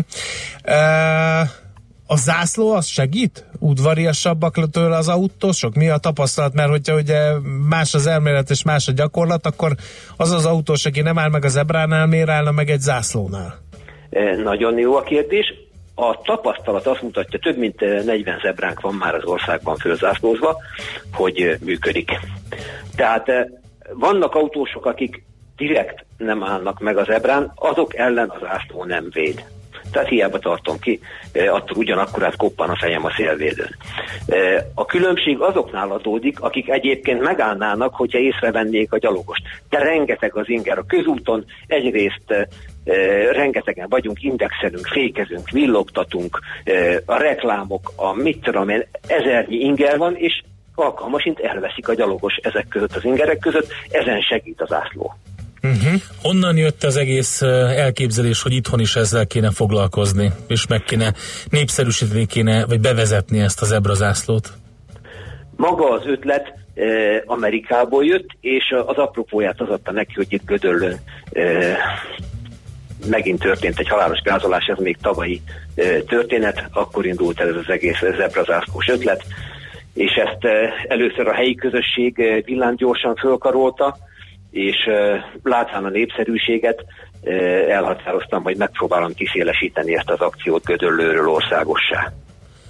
A zászló az segít? Udvariasabbak tőle az autósok? Mi a tapasztalat? Mert hogyha ugye más az elmélet és más a gyakorlat, akkor az autós, aki nem áll meg a zebránál, miért állna meg egy zászlónál? Nagyon jó a kérdés. A tapasztalat azt mutatja, több mint 40 zebránk van már az országban fölzászlózva, hogy működik. Tehát vannak autósok, akik direkt nem állnak meg a zebrán, azok ellen a zászló nem véd. Tehát hiába tartom ki, attól ugyanakkorát koppan a fejem a szélvédőn. A különbség azoknál adódik, akik egyébként megállnának, hogyha észrevennék a gyalogost. De rengeteg az inger a közúton, egyrészt rengetegen vagyunk, indexelünk, fékezünk, villogtatunk, a reklámok, a mit tudom én, ezernyi inger van, és alkalmasint elveszik a gyalogos ezek között, az ingerek között, ezen segít az zászló. Honnan jött az egész elképzelés, hogy itthon is ezzel kéne foglalkozni, és meg kéne népszerűsíteni kéne, vagy bevezetni ezt a zebrazászlót? Maga az ötlet Amerikából jött, és az apropóját az adta neki, hogy itt Gödöllőn megint történt egy halálos gázolás, ez még tavalyi történet, akkor indult el ez az egész zebrazászlós ötlet, és ezt először a helyi közösség villámgyorsan fölkarolta, és látván a népszerűséget elhatároztam, hogy megpróbálom kiszélesíteni ezt az akciót Gödöllőről országossá.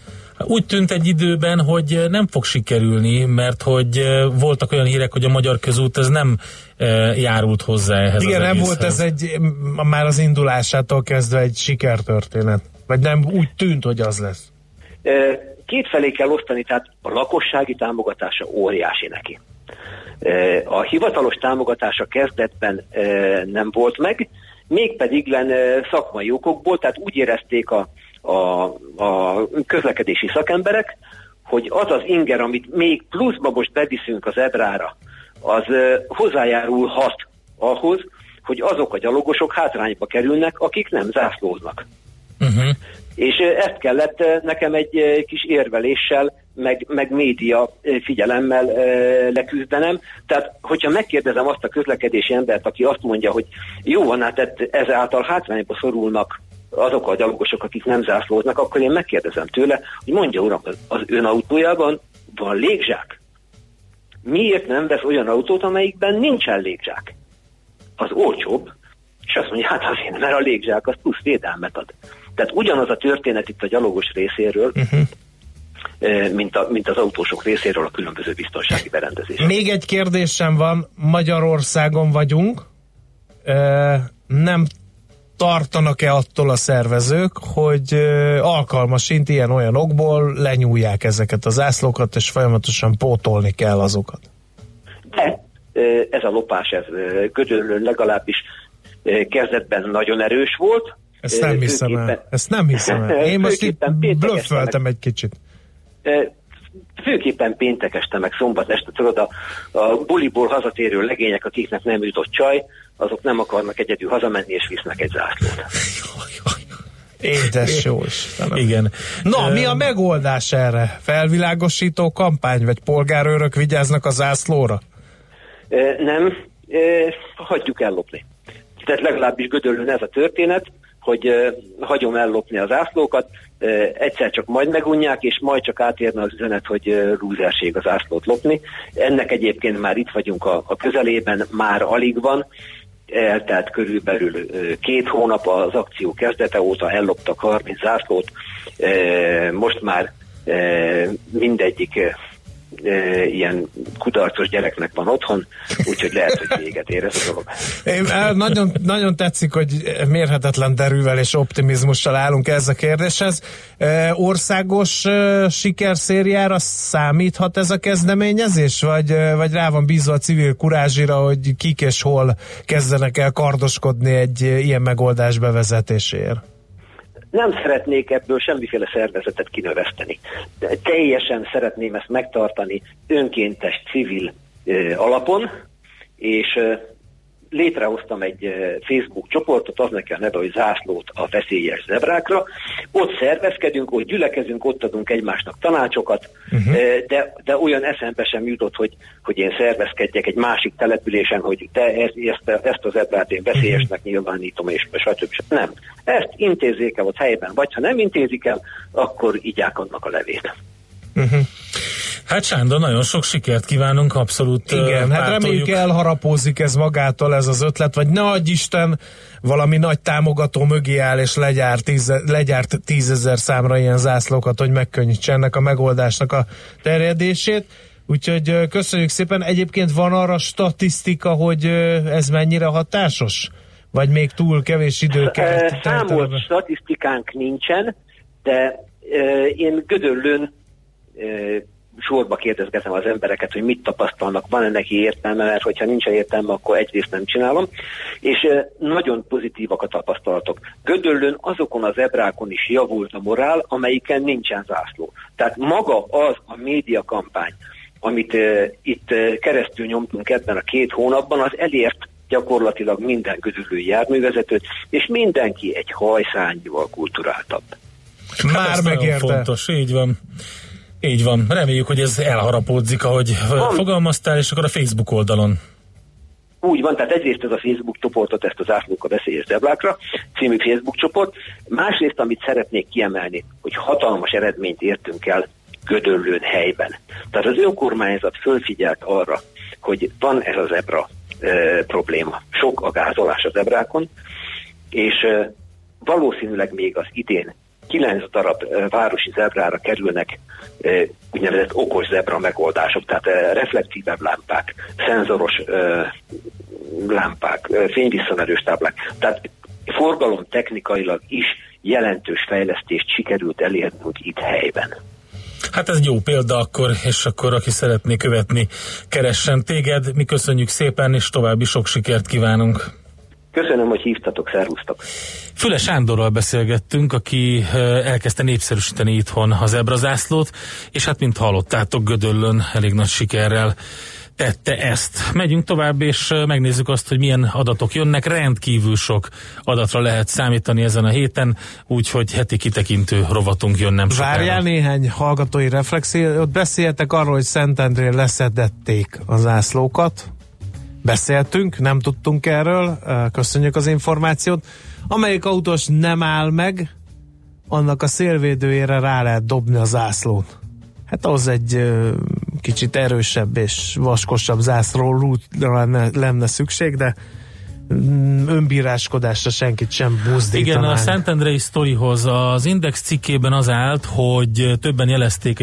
Úgy tűnt egy időben, hogy nem fog sikerülni, mert hogy voltak olyan hírek, hogy a Magyar Közút ez nem járult hozzá ehhez. Igen, az nem egészhez. volt ez már az indulásától kezdve egy sikertörténet. Vagy nem úgy tűnt, hogy az lesz. Kétfelé kell osztani, tehát a lakossági támogatása óriási neki. A hivatalos támogatása kezdetben nem volt meg, mégpedig szakmai okokból, tehát úgy érezték a közlekedési szakemberek, hogy az az inger, amit még pluszba most beviszünk az Ebrára, az hozzájárulhat ahhoz, hogy azok a gyalogosok hátrányba kerülnek, akik nem zászlóznak. És ezt kellett nekem egy kis érveléssel, meg média figyelemmel leküzdenem. Tehát, hogyha megkérdezem azt a közlekedési embert, aki azt mondja, hogy jó van, hát ezáltal hátrányba szorulnak azok a gyalogosok, akik nem zászlóznak, akkor én megkérdezem tőle, hogy mondja, uram, az ön autójában van légzsák? Miért nem vesz olyan autót, amelyikben nincsen légzsák? Az olcsóbb, és azt mondja, hát azért, mert a légzsák az plusz védelmet ad. Tehát ugyanaz a történet itt a gyalogos részéről, mint az autósok részéről a különböző biztonsági berendezések. Még egy kérdésem van, Magyarországon vagyunk, nem tartanak-e attól a szervezők, hogy alkalmasint ilyen-olyan okból lenyúlják ezeket az zászlókat, és folyamatosan pótolni kell azokat? De ez a lopás, ez Gödöllőn legalábbis kezdetben nagyon erős volt. Ezt nem hiszem el. Ezt nem hiszem el. Én most itt blöffeltem egy kicsit. Főképpen péntek este, meg szombat este, tudod, a buliból hazatérő legények, akiknek nem jutott csaj, azok nem akarnak egyedül hazamenni, és visznek egy zászlót. Édes jó Istenem. Igen. Na, mi a megoldás erre? Felvilágosító kampány, vagy polgárőrök vigyáznak a zászlóra? Nem, hagyjuk ellopni. Tehát legalábbis Gödöllőn ez a történet, hogy hagyom ellopni a zászlókat, egyszer csak majd megunják, és majd csak átérne az üzenet, hogy lúzerség az zászlót lopni. Ennek egyébként már itt vagyunk a közelében, már alig van, eltelt körülbelül 2 hónap az akció kezdete óta, elloptak 30 zászlót, most már mindegyik ilyen kudarcos gyereknek van otthon, úgyhogy lehet, hogy véget ér ez a dolog. Nagyon, nagyon tetszik, hogy mérhetetlen derűvel és optimizmussal állunk ez a kérdéshez. Országos sikerszériára számíthat ez a kezdeményezés, vagy rá van bízva a civil kurázsira, hogy kik és hol kezdenek el kardoskodni egy ilyen megoldás bevezetéséért? Nem szeretnék ebből semmiféle szervezetet kinöveszteni. De teljesen szeretném ezt megtartani önkéntes, civil alapon, és létrehoztam egy Facebook csoportot, az neki a neve, hogy Zászlót a veszélyes zebrákra. Ott szervezkedünk, ott gyülekezünk, ott adunk egymásnak tanácsokat, de olyan eszembe sem jutott, hogy én szervezkedjek egy másik településen, hogy te ezt a zebrát én veszélyesnek nyilvánítom, és stb. Nem. Ezt intézzék el ott helyben, vagy ha nem intézik el, akkor igyák annak a levét. Hát Sándor, nagyon sok sikert kívánunk, abszolút. Igen, hát reméljük elharapózik ez magától ez az ötlet, vagy ne adj Isten, valami nagy támogató mögé áll, és legyárt 10 000 számra ilyen zászlókat, hogy megkönnyítse ennek a megoldásnak a terjedését. Úgyhogy köszönjük szépen. Egyébként van arra statisztika, hogy ez mennyire hatásos? Vagy még túl kevés idő kell? Számolt statisztikánk nincsen, de én Gödöllőn sorba kérdezgetem az embereket, hogy mit tapasztalnak, van-e neki értelme, mert hogyha nincsen értelme, akkor egyrészt nem csinálom, és nagyon pozitívak a tapasztalatok. Gödöllőn azokon az zebrákon is javult a morál, amelyiken nincsen zászló. Tehát maga az a médiakampány, amit itt keresztül nyomtunk ebben a 2 hónapban, az elért gyakorlatilag minden gödöllői járművezetőt, és mindenki egy hajszányival kulturáltabb. Már megérte. Fontos, így van. Így van. Reméljük, hogy ez elharapódzik, ahogy fogalmaztál, és akkor a Facebook oldalon. Úgy van, tehát egyrészt ez a Facebook csoportot, ezt a Zászlók a veszélyes zebrákra című Facebook csoport. Másrészt, amit szeretnék kiemelni, hogy hatalmas eredményt értünk el Gödöllőn helyben. Tehát az önkormányzat fölfigyelt arra, hogy van ez a zebra probléma. Sok a gázolás a zebrákon, és valószínűleg még az idén 9 darab városi zebrára kerülnek úgynevezett okos zebra megoldások, tehát reflektívebb lámpák, szenzoros lámpák, fényvisszaverős táblák. Tehát forgalom technikailag is jelentős fejlesztést sikerült elérnünk itt helyben. Hát ez egy jó példa akkor, és akkor aki szeretné követni, keressen téged. Mi köszönjük szépen, és további sok sikert kívánunk. Köszönöm, hogy hívtatok, szervusztok. Füle Sándorral beszélgettünk, aki elkezdte népszerűsíteni itthon a zebrazászlót, és hát mint hallottátok, Gödöllön elég nagy sikerrel tette ezt. Megyünk tovább, és megnézzük azt, hogy milyen adatok jönnek. Rendkívül sok adatra lehet számítani ezen a héten, úgyhogy heti kitekintő rovatunk jön nem sokára. Várjál néhány hallgatói reflexiót. Beszéltek arról, hogy Szentendrén leszedették a zászlókat. Beszéltünk, nem tudtunk erről, köszönjük az információt. Amelyik autós nem áll meg, annak a szélvédőjére rá lehet dobni a zászlót. Hát az egy kicsit erősebb és vaskosabb zászlóra lenne szükség, de önbíráskodásra senkit sem buzdítanánk. Igen, a Szentendrei sztorihoz az Index cikkében az állt, hogy többen jelezték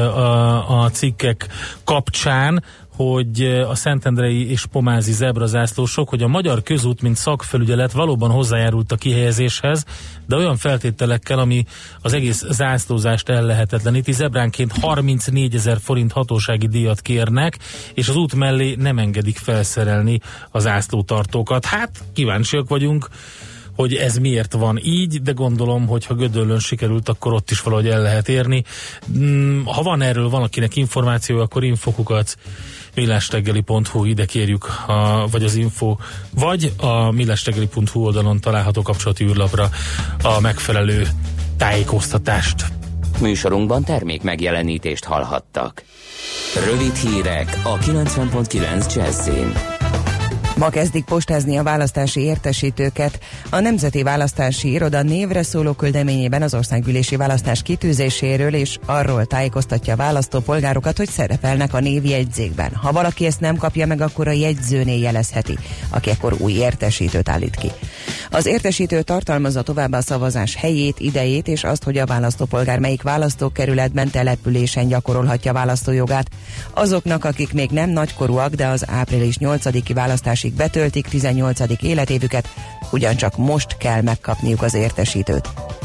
a cikkek kapcsán, hogy a szentendrei és pomázi zebrazászlósok, hogy a Magyar Közút, mint szakfelügyelet valóban hozzájárult a kihelyezéshez, de olyan feltételekkel, ami az egész zászlózást ellehetetleníti. Zebránként 34 000 forint hatósági díjat kérnek, és az út mellé nem engedik felszerelni a zászlótartókat. Hát kíváncsiak vagyunk, hogy ez miért van így, de gondolom, hogy ha Gödöllön sikerült, akkor ott is valahogy el lehet érni. Ha van erről valakinek információ, akkor info@millásreggeli.hu, ide kérjük, vagy az info, vagy a millásreggeli.hu oldalon található kapcsolati űrlapra a megfelelő tájékoztatást. Műsorunkban termék megjelenítést hallhattak. Rövid hírek a 90.9 Jazzin. Ma kezdik postázni a választási értesítőket. A Nemzeti Választási Iroda névre szóló küldeményében az országgyűlési választás kitűzéséről és arról tájékoztatja a választópolgárokat, hogy szerepelnek a névjegyzékben. Ha valaki ezt nem kapja meg, akkor a jegyzőnél jelezheti, aki akkor új értesítőt állít ki. Az értesítő tartalmazza továbbá a szavazás helyét, idejét és azt, hogy a választópolgár melyik választókerületben, településen gyakorolhatja választójogát. Azoknak, akik még nem nagykorúak, de az április 8-i választásig betöltik 18. életévüket, ugyancsak most kell megkapniuk az értesítőt.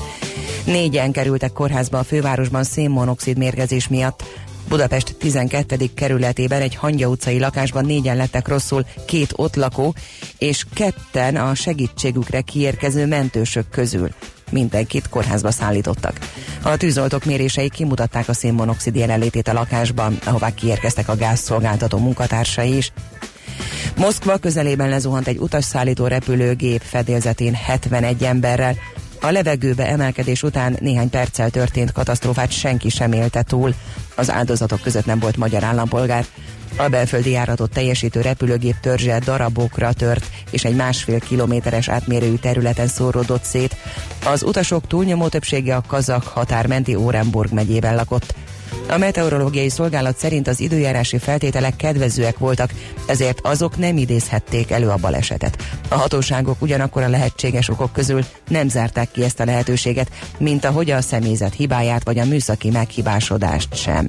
4-en kerültek kórházba a fővárosban szénmonoxid mérgezés miatt. Budapest 12. kerületében egy Hangya utcai lakásban 4-en lettek rosszul, 2 ott lakó, és 2 a segítségükre kiérkező mentősök közül. Mindenkit kórházba szállítottak. A tűzoltók mérései kimutatták a szénmonoxid jelenlétét a lakásban, ahová kiérkeztek a gázszolgáltató munkatársai is. Moszkva közelében lezuhant egy utasszállító repülőgép fedélzetén 71 emberrel. A levegőbe emelkedés után néhány perccel történt katasztrófát senki sem élte túl. Az áldozatok között nem volt magyar állampolgár. A belföldi járatot teljesítő repülőgép törzse darabokra tört, és egy 1,5 kilométeres átmérőjű területen szóródott szét. Az utasok túlnyomó többsége a kazakh határmenti Orenburg megyében lakott. A meteorológiai szolgálat szerint az időjárási feltételek kedvezőek voltak, ezért azok nem idézhették elő a balesetet. A hatóságok ugyanakkor a lehetséges okok közül nem zárták ki ezt a lehetőséget, mint ahogy a személyzet hibáját vagy a műszaki meghibásodást sem.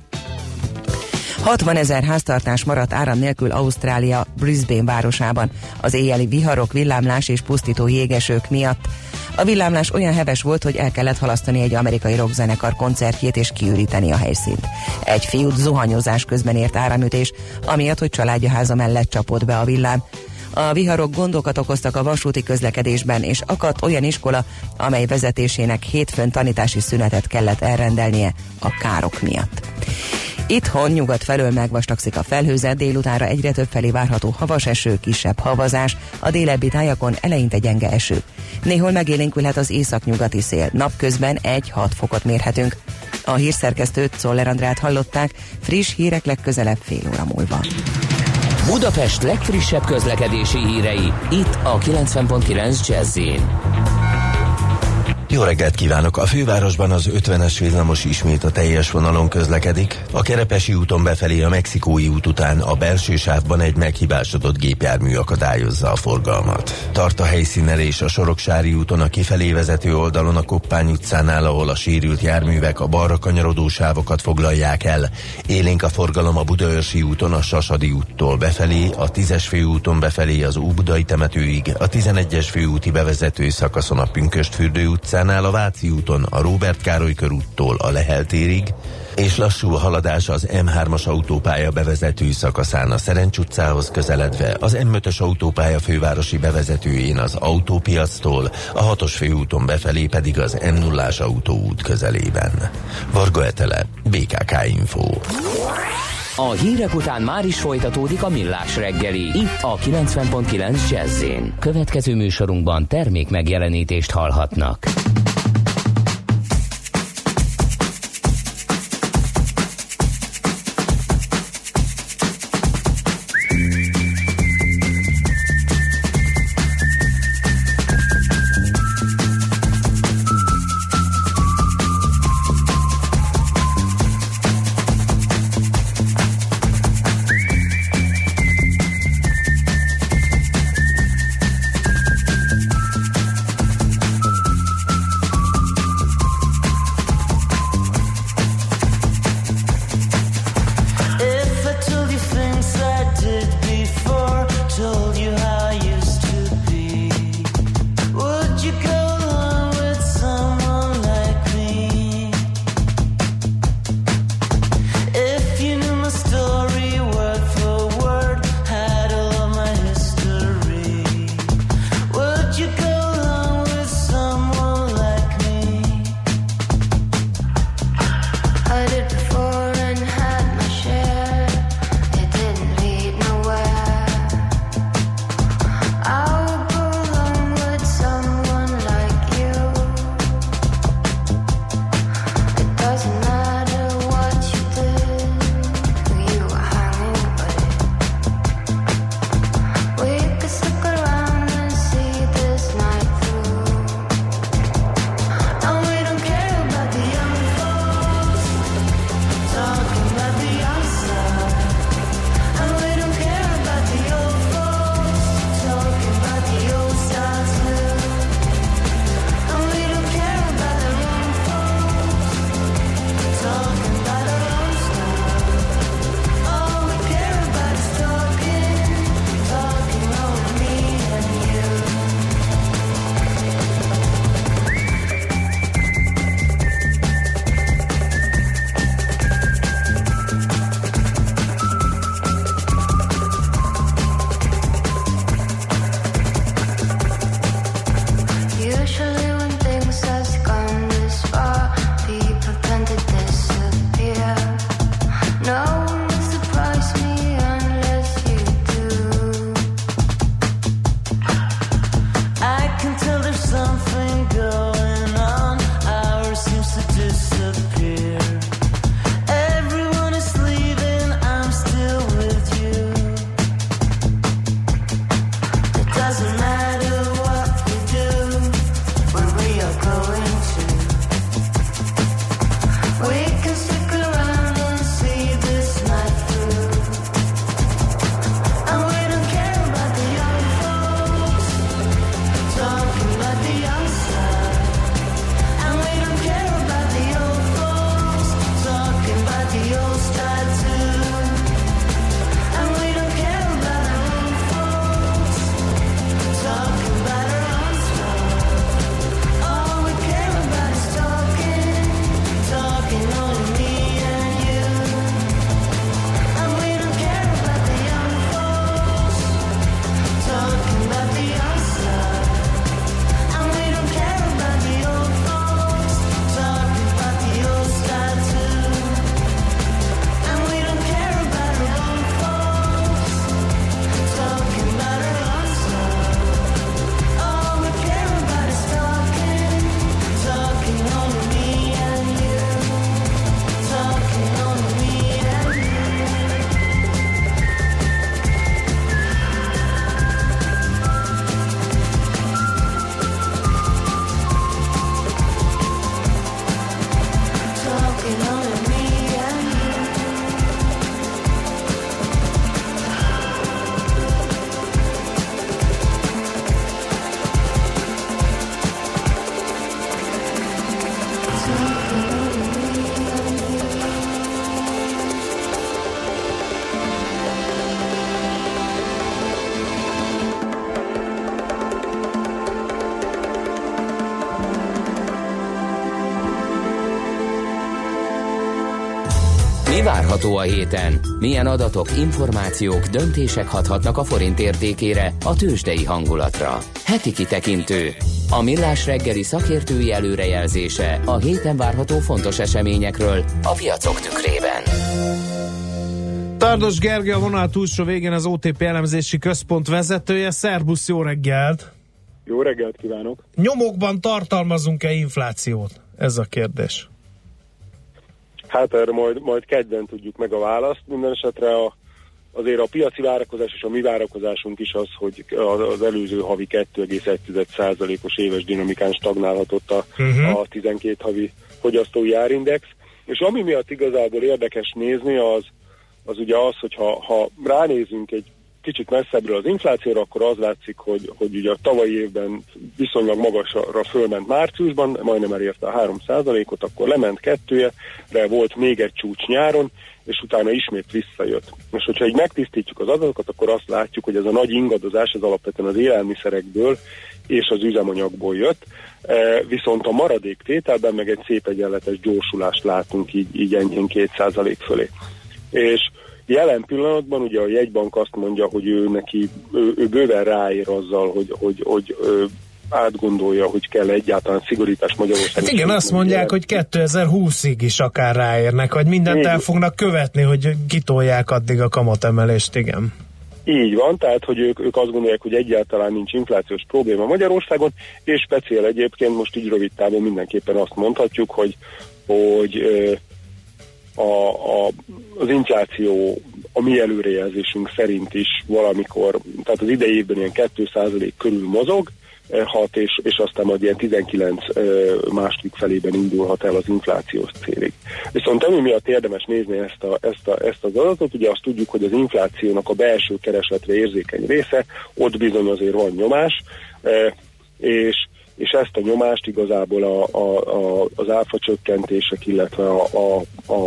60 000 háztartás maradt áram nélkül Ausztrália Brisbane városában az éjjeli viharok, villámlás és pusztító jégesők miatt. A villámlás olyan heves volt, hogy el kellett halasztani egy amerikai rockzenekar koncertjét és kiüríteni a helyszínt. Egy fiút zuhanyozás közben ért áramütés, amiatt, hogy családja háza mellett csapott be a villám. A viharok gondokat okoztak a vasúti közlekedésben, és akadt olyan iskola, amely vezetésének hétfőn tanítási szünetet kellett elrendelnie a károk miatt. Itthon nyugat felől megvastagszik a felhőzet, délutánra egyre több felé várható havas eső, kisebb havazás, a délebbi tájakon eleinte gyenge eső. Néhol megélénkülhet az északnyugati szél, napközben 1-6 fokot mérhetünk. A hírszerkesztőt, Czoller Andrát hallották, friss hírek legközelebb fél óra múlva. Budapest legfrissebb közlekedési hírei, itt a 90.9 Jazz-in. Jó reggelt kívánok! A fővárosban az 50-es villamos ismét a teljes vonalon közlekedik. A Kerepesi úton befelé a Mexikói út után a belső sávban egy meghibásodott gépjármű akadályozza a forgalmat. Tart a helyszínen és a Soroksári úton a kifelé vezető oldalon a Koppány utcánál, ahol a sérült járművek a balra kanyarodó sávokat foglalják el. Élénk a forgalom a Budaörsi úton a Sasadi úttól befelé, a 10-es főúton befelé az Óbudai temetőig, a 11-es főúti bevezető szakaszon a Pünkösdfürdő utcánál, a Váci úton a Róbert Károly körúttól a Lehel térig, és lassú a haladás az M3-as autópálya bevezető szakaszán a Szerencs utcához közeledve, az M5-ös autópálya fővárosi bevezetőjén az Autópiactól, a 6-os főúton befelé pedig az M0-ás autóút közelében. Varga Etele, BKK Info. A hírek után már is folytatódik a Millás reggeli, itt a 90.9 Jazz-én. Következő műsorunkban termék megjelenítést hallhatnak. várható a héten? Milyen adatok, információk, döntések hathatnak a forint értékére, a tőzsdei hangulatra? Heti kitekintő. A Millás reggeli szakértői előrejelzése a héten várható fontos eseményekről a piacok tükrében. Tardos Gergely a vonal túlsó végén, az OTP elemzési központ vezetője. Szerbusz, jó reggelt! Jó reggelt kívánok! Nyomokban tartalmazunk-e inflációt? Ez a kérdés. Hát erre majd kedden tudjuk meg a választ. Minden esetre azért a piaci várakozás és a mi várakozásunk is az, hogy az előző havi 2,1%-os éves dinamikán stagnálhatott a 12 havi fogyasztói árindex. És ami miatt igazából érdekes nézni, az ugye az, hogy ha ránézünk egy kicsit messzebbről az inflációra, akkor az látszik, hogy ugye a tavalyi évben viszonylag magasra fölment márciusban, majdnem elérte a 3%-ot, akkor lement 2-re, volt még egy csúcs nyáron, és utána ismét visszajött. És hogyha így megtisztítjuk az adatokat, akkor azt látjuk, hogy ez a nagy ingadozás az alapvetően az élelmiszerekből és az üzemanyagból jött, viszont a maradék tételben meg egy szép egyenletes gyorsulást látunk így enyhén 2% fölé. És jelen pillanatban ugye a jegybank azt mondja, hogy ő bőven ráér azzal, hogy átgondolja, hogy kell egyáltalán szigorítás Magyarországon. Hát igen, azt mondják, hogy 2020-ig is akár ráérnek, vagy mindent el fognak követni, hogy kitolják addig a kamatemelést, igen. Így van, tehát hogy ők azt gondolják, hogy egyáltalán nincs inflációs probléma Magyarországon, és speciál egyébként most így rövid távon mindenképpen azt mondhatjuk, hogy az infláció a mi előrejelzésünk szerint is valamikor, tehát az idei évben ilyen 2% körül mozog, és aztán majd ilyen 19 második felében indulhat el az inflációs célig. Viszont ami miatt érdemes nézni ezt az adatot, ugye azt tudjuk, hogy az inflációnak a belső keresletre érzékeny része, ott bizony azért van nyomás, és ezt a nyomást igazából az áfa csökkentések, illetve a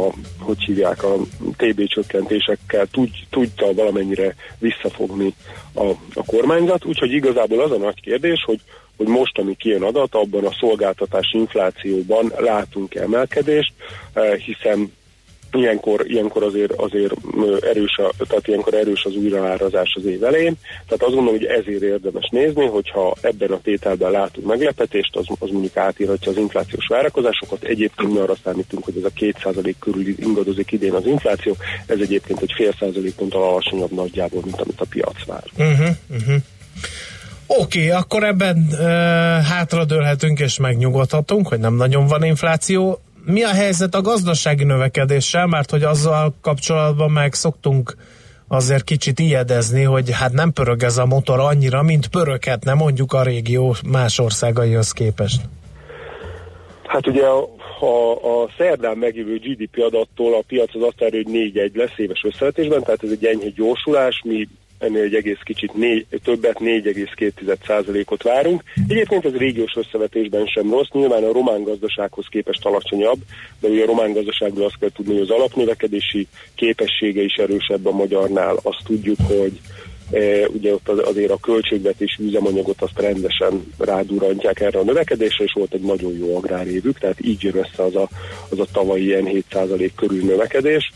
TB csökkentésekkel tudta valamennyire visszafogni a kormányzat, úgyhogy igazából az a nagy kérdés, hogy most, ami kijön adat, abban a szolgáltatási inflációban látunk emelkedést, hiszen ilyenkor azért erős, tehát ilyenkor erős az újraárazás az év elején. Tehát azt gondolom, hogy ezért érdemes nézni, hogyha ebben a tételben látunk meglepetést, az mondjuk átírhatja az inflációs várakozásokat. Egyébként mi arra számítunk, hogy ez a 2% körül ingadozik idén az infláció, ez egyébként egy 0,5% ponttal alacsonyabb nagyjából, mint amit a piac vár. Oké, akkor ebben hátradőlhetünk és megnyugodhatunk, hogy nem nagyon van infláció. Mi a helyzet a gazdasági növekedéssel, mert hogy azzal kapcsolatban meg szoktunk azért kicsit ijedezni, hogy hát nem pörög ez a motor annyira, mint pöröghetne mondjuk a régió más országaihoz képest. Hát ugye a szerdán megjövő GDP adattól a piac az azt várja, hogy 4,1 lesz éves összevetésben, tehát ez egy enyhe gyorsulás, mi ennél egy egész kicsit többet, 4,2%-ot várunk. Egyébként ez régiós összevetésben sem rossz, nyilván a román gazdasághoz képest alacsonyabb, de ugye a román gazdaságról azt kell tudni, hogy az alapnövekedési képessége is erősebb a magyarnál. Azt tudjuk, hogy ugye ott azért a költségvetési üzemanyagot azt rendesen rádurrantják erre a növekedésre, és volt egy nagyon jó agrárévük, tehát így jön össze az a tavalyi ilyen 7% körül növekedés.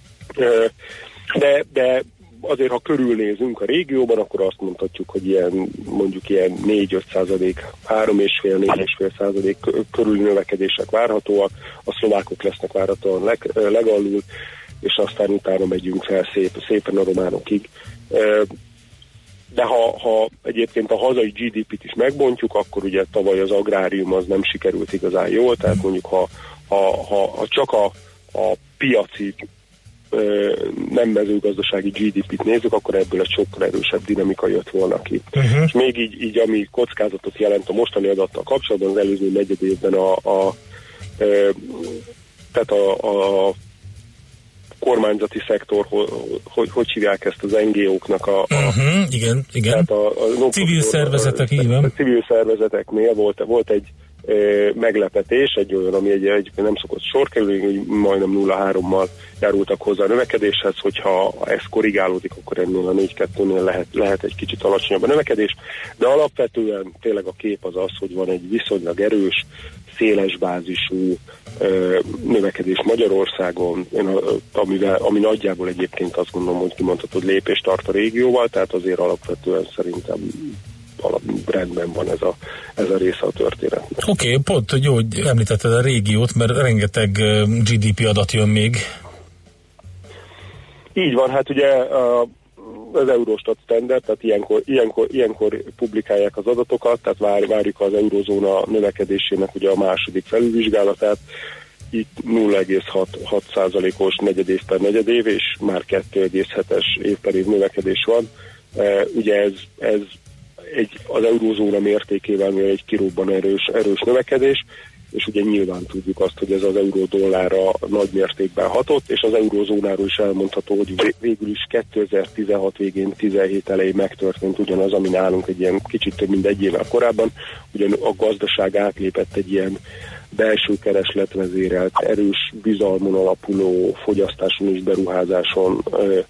De azért, ha körülnézünk a régióban, akkor azt mondhatjuk, hogy mondjuk ilyen 4-5%, 3,5-4,5% körüli növekedések várhatóak, a szlovákok lesznek várhatóan legalul, és aztán utána megyünk fel szépen a románokig. De ha egyébként a hazai GDP-t is megbontjuk, akkor ugye tavaly az agrárium az nem sikerült igazán jól, tehát mondjuk ha csak a piaci nem mezőgazdasági GDP-t nézzük, akkor ebből egy sokkal erősebb dinamika jött volna ki. És még így ami kockázatot jelent a mostani adattal kapcsolatban, az előző negyed évben tehát a kormányzati szektor, hogy hívják ezt az NGO-knak igen. Tehát civil szervezetek, így van. A civil szervezeteknél volt egy meglepetés, egy olyan, ami egyébként nem szokott sor kerülni, hogy majdnem 0,3-mal járultak hozzá a növekedéshez, hogyha ez korrigálódik, akkor ennél a 4,2-nél lehet egy kicsit alacsonyabb a növekedés, de alapvetően tényleg a kép az az, hogy van egy viszonylag erős, széles bázisú növekedés Magyarországon, ami nagyjából egyébként azt gondolom, hogy kimondhatod lépést tart a régióval, tehát azért alapvetően szerintem rendben van ez a része a történetnek. Oké, pont jó, hogy említetted a régiót, mert rengeteg GDP adat jön még. Így van, hát ugye az Eurostat standard, tehát ilyenkor publikálják az adatokat, tehát várjuk az eurozóna növekedésének ugye a második felülvizsgálatát. Itt 0,6%-os negyedév per negyedév, és már 2,7-es év per év növekedés van. Ugye ez az eurózóna mértékével egy kirobban erős növekedés, és ugye nyilván tudjuk azt, hogy ez az euró-dollárra nagy mértékben hatott, és az eurózónáról is elmondható, hogy végül is 2016 végén, 17 elején megtörtént ugyanaz, ami nálunk egy ilyen kicsit több mint egy évvel korábban, ugyan a gazdaság átlépett egy ilyen belső keresletvezérelt, erős bizalmon alapuló fogyasztáson és beruházáson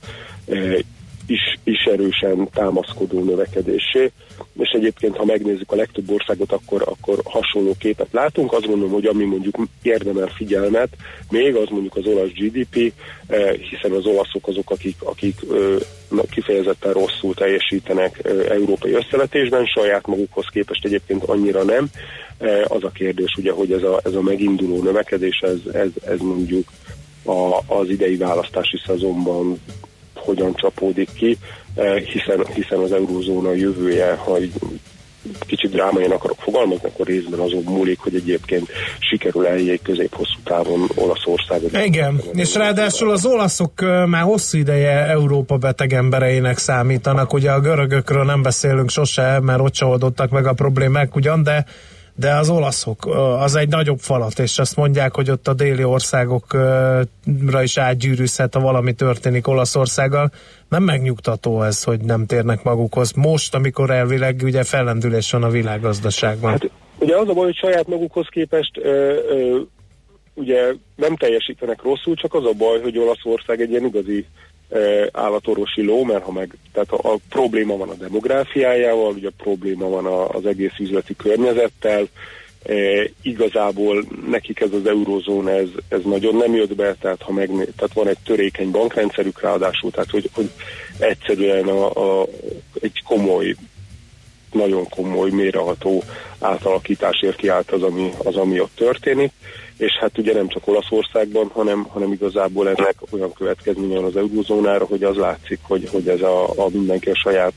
is erősen támaszkodó növekedésé, és egyébként, ha megnézzük a legtöbb országot, akkor hasonló képet látunk. Azt gondolom, hogy ami mondjuk érdemel figyelmet, még az mondjuk az olasz GDP, hiszen az olaszok azok, akik kifejezetten rosszul teljesítenek európai összevetésben, saját magukhoz képest egyébként annyira nem. Az a kérdés ugye, hogy ez a meginduló növekedés, ez mondjuk az idei választási szezonban hogyan csapódik ki, hiszen az eurózóna jövője, ha kicsit drámaian akarok fogalmazni, akkor részben azon múlik, hogy egyébként sikerül eljék közép-hosszú távon Olaszországot. Igen, és ráadásul az olaszok már hosszú ideje Európa beteg embereinek számítanak, ugye a görögökről nem beszélünk sose, mert ott se oldottak meg a problémák ugyan, de az olaszok, az egy nagyobb falat, és azt mondják, hogy ott a déli országokra is átgyűrűzhet, ha valami történik Olaszországgal. Nem megnyugtató ez, hogy nem térnek magukhoz. Most, amikor elvileg ugye fellendülés van a világgazdaságban. Hát, ugye az a baj, hogy saját magukhoz képest ugye nem teljesítenek rosszul, csak az a baj, hogy Olaszország egy ilyen igazi állatorvosi ló, mert tehát a probléma van a demográfiájával, ugye a probléma van az egész üzleti környezettel, igazából nekik ez az eurózóna ez nagyon nem jött be, tehát tehát van egy törékeny bankrendszerük ráadásul, tehát hogy egyszerűen egy nagyon komoly, mélyreható átalakításért kiállt az, ami ott történik, és hát ugye nem csak Olaszországban, hanem igazából ennek olyan következménye van az eurózónára, hogy az látszik, hogy ez a mindenki a saját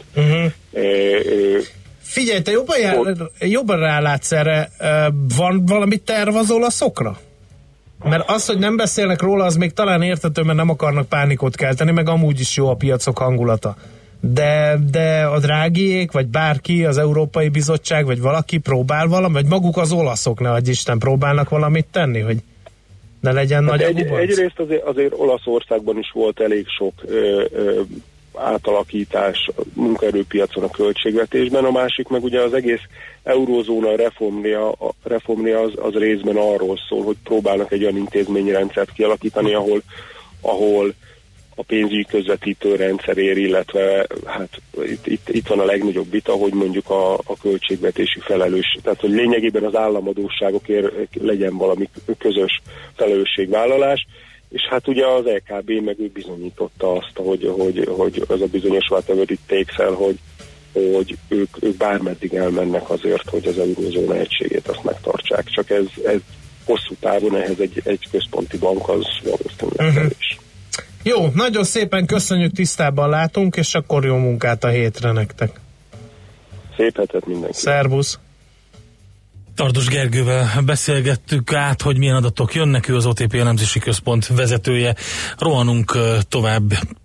Figyelj, te jobban rálátsz erre, van valami terv az olaszokra? Mert az, hogy nem beszélnek róla, az még talán érthető, mert nem akarnak pánikot kelteni, meg amúgy is jó a piacok hangulata. De a Drágiék, vagy bárki, az Európai Bizottság, vagy valaki próbál valami, vagy maguk az olaszok, ne adj Isten, próbálnak valamit tenni, hogy ne legyen nagy a gubanc? Egyrészt azért Olaszországban is volt elég sok átalakítás munkaerőpiacon a költségvetésben, a másik meg ugye az egész eurózóna reformja az részben arról szól, hogy próbálnak egy olyan intézményrendszert kialakítani, ahol a pénzügyi közvetítő rendszer ér, illetve hát itt van a legnagyobb vita, hogy mondjuk a költségvetési felelős, tehát hogy lényegében az államadósságokért legyen valami közös felelősségvállalás, és hát ugye az LKB meg ő bizonyította azt, hogy az a bizonyos whatever it takes el, hogy ők bármeddig elmennek azért, hogy az eurózóna egységét azt megtartsák. Csak ez hosszú távon ehhez egy központi bank az valószínűleg kevés. Jó, nagyon szépen köszönjük, tisztában látunk, és akkor jó munkát a hétre nektek. Szép hetet mindenki. Szervusz! Tardos Gergővel beszélgettük át, hogy milyen adatok jönnek, ő az OTP elemzési központ vezetője. Rohanunk tovább.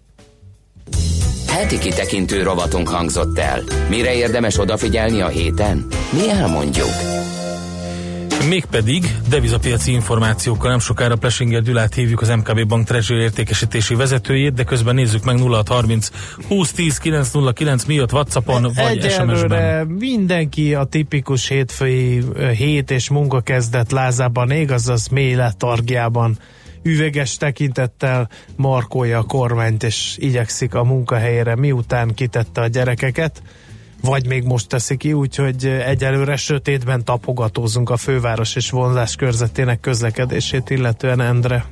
Heti kitekintő rovatunk hangzott el. Mire érdemes odafigyelni a héten? Mi elmondjuk. Mégpedig devizapiaci információkkal nem sokára Plesinger Gyulát hívjuk, az MKB Bank Treasury értékesítési vezetőjét, de közben nézzük meg 0630 2010 909 mi jött WhatsAppon vagy SMS-ben. Mindenki a tipikus hétfői hét és munkakezdet lázában ég, azaz mély letargiában üveges tekintettel markolja a kormányt és igyekszik a munkahelyére, miután kitette a gyerekeket, vagy még most teszi ki, úgyhogy egyelőre sötétben tapogatózunk a főváros és vonzás körzetének közlekedését illetően, Endre.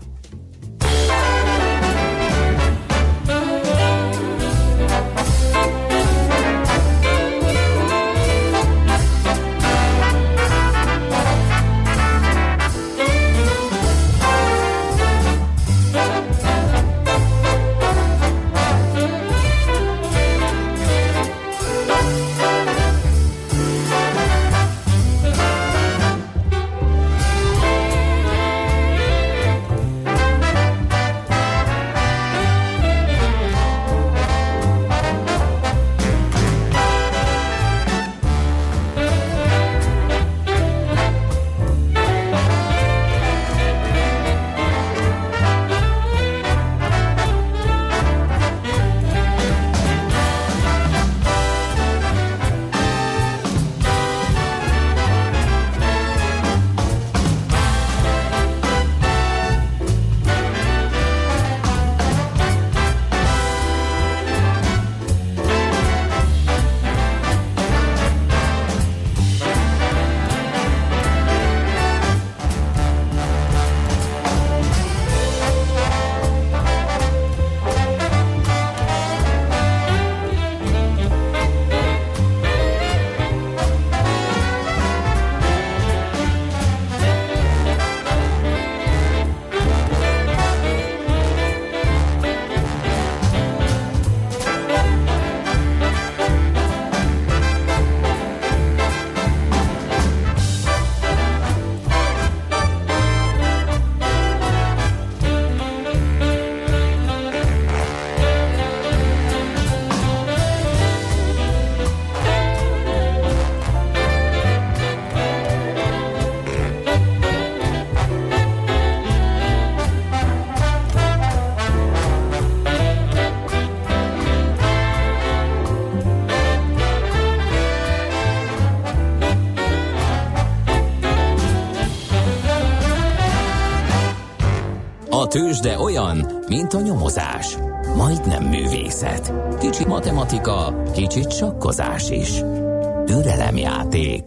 A tőzsde olyan, mint a nyomozás. Majdnem művészet. Kicsi matematika, kicsit sakkozás is. Türelemjáték.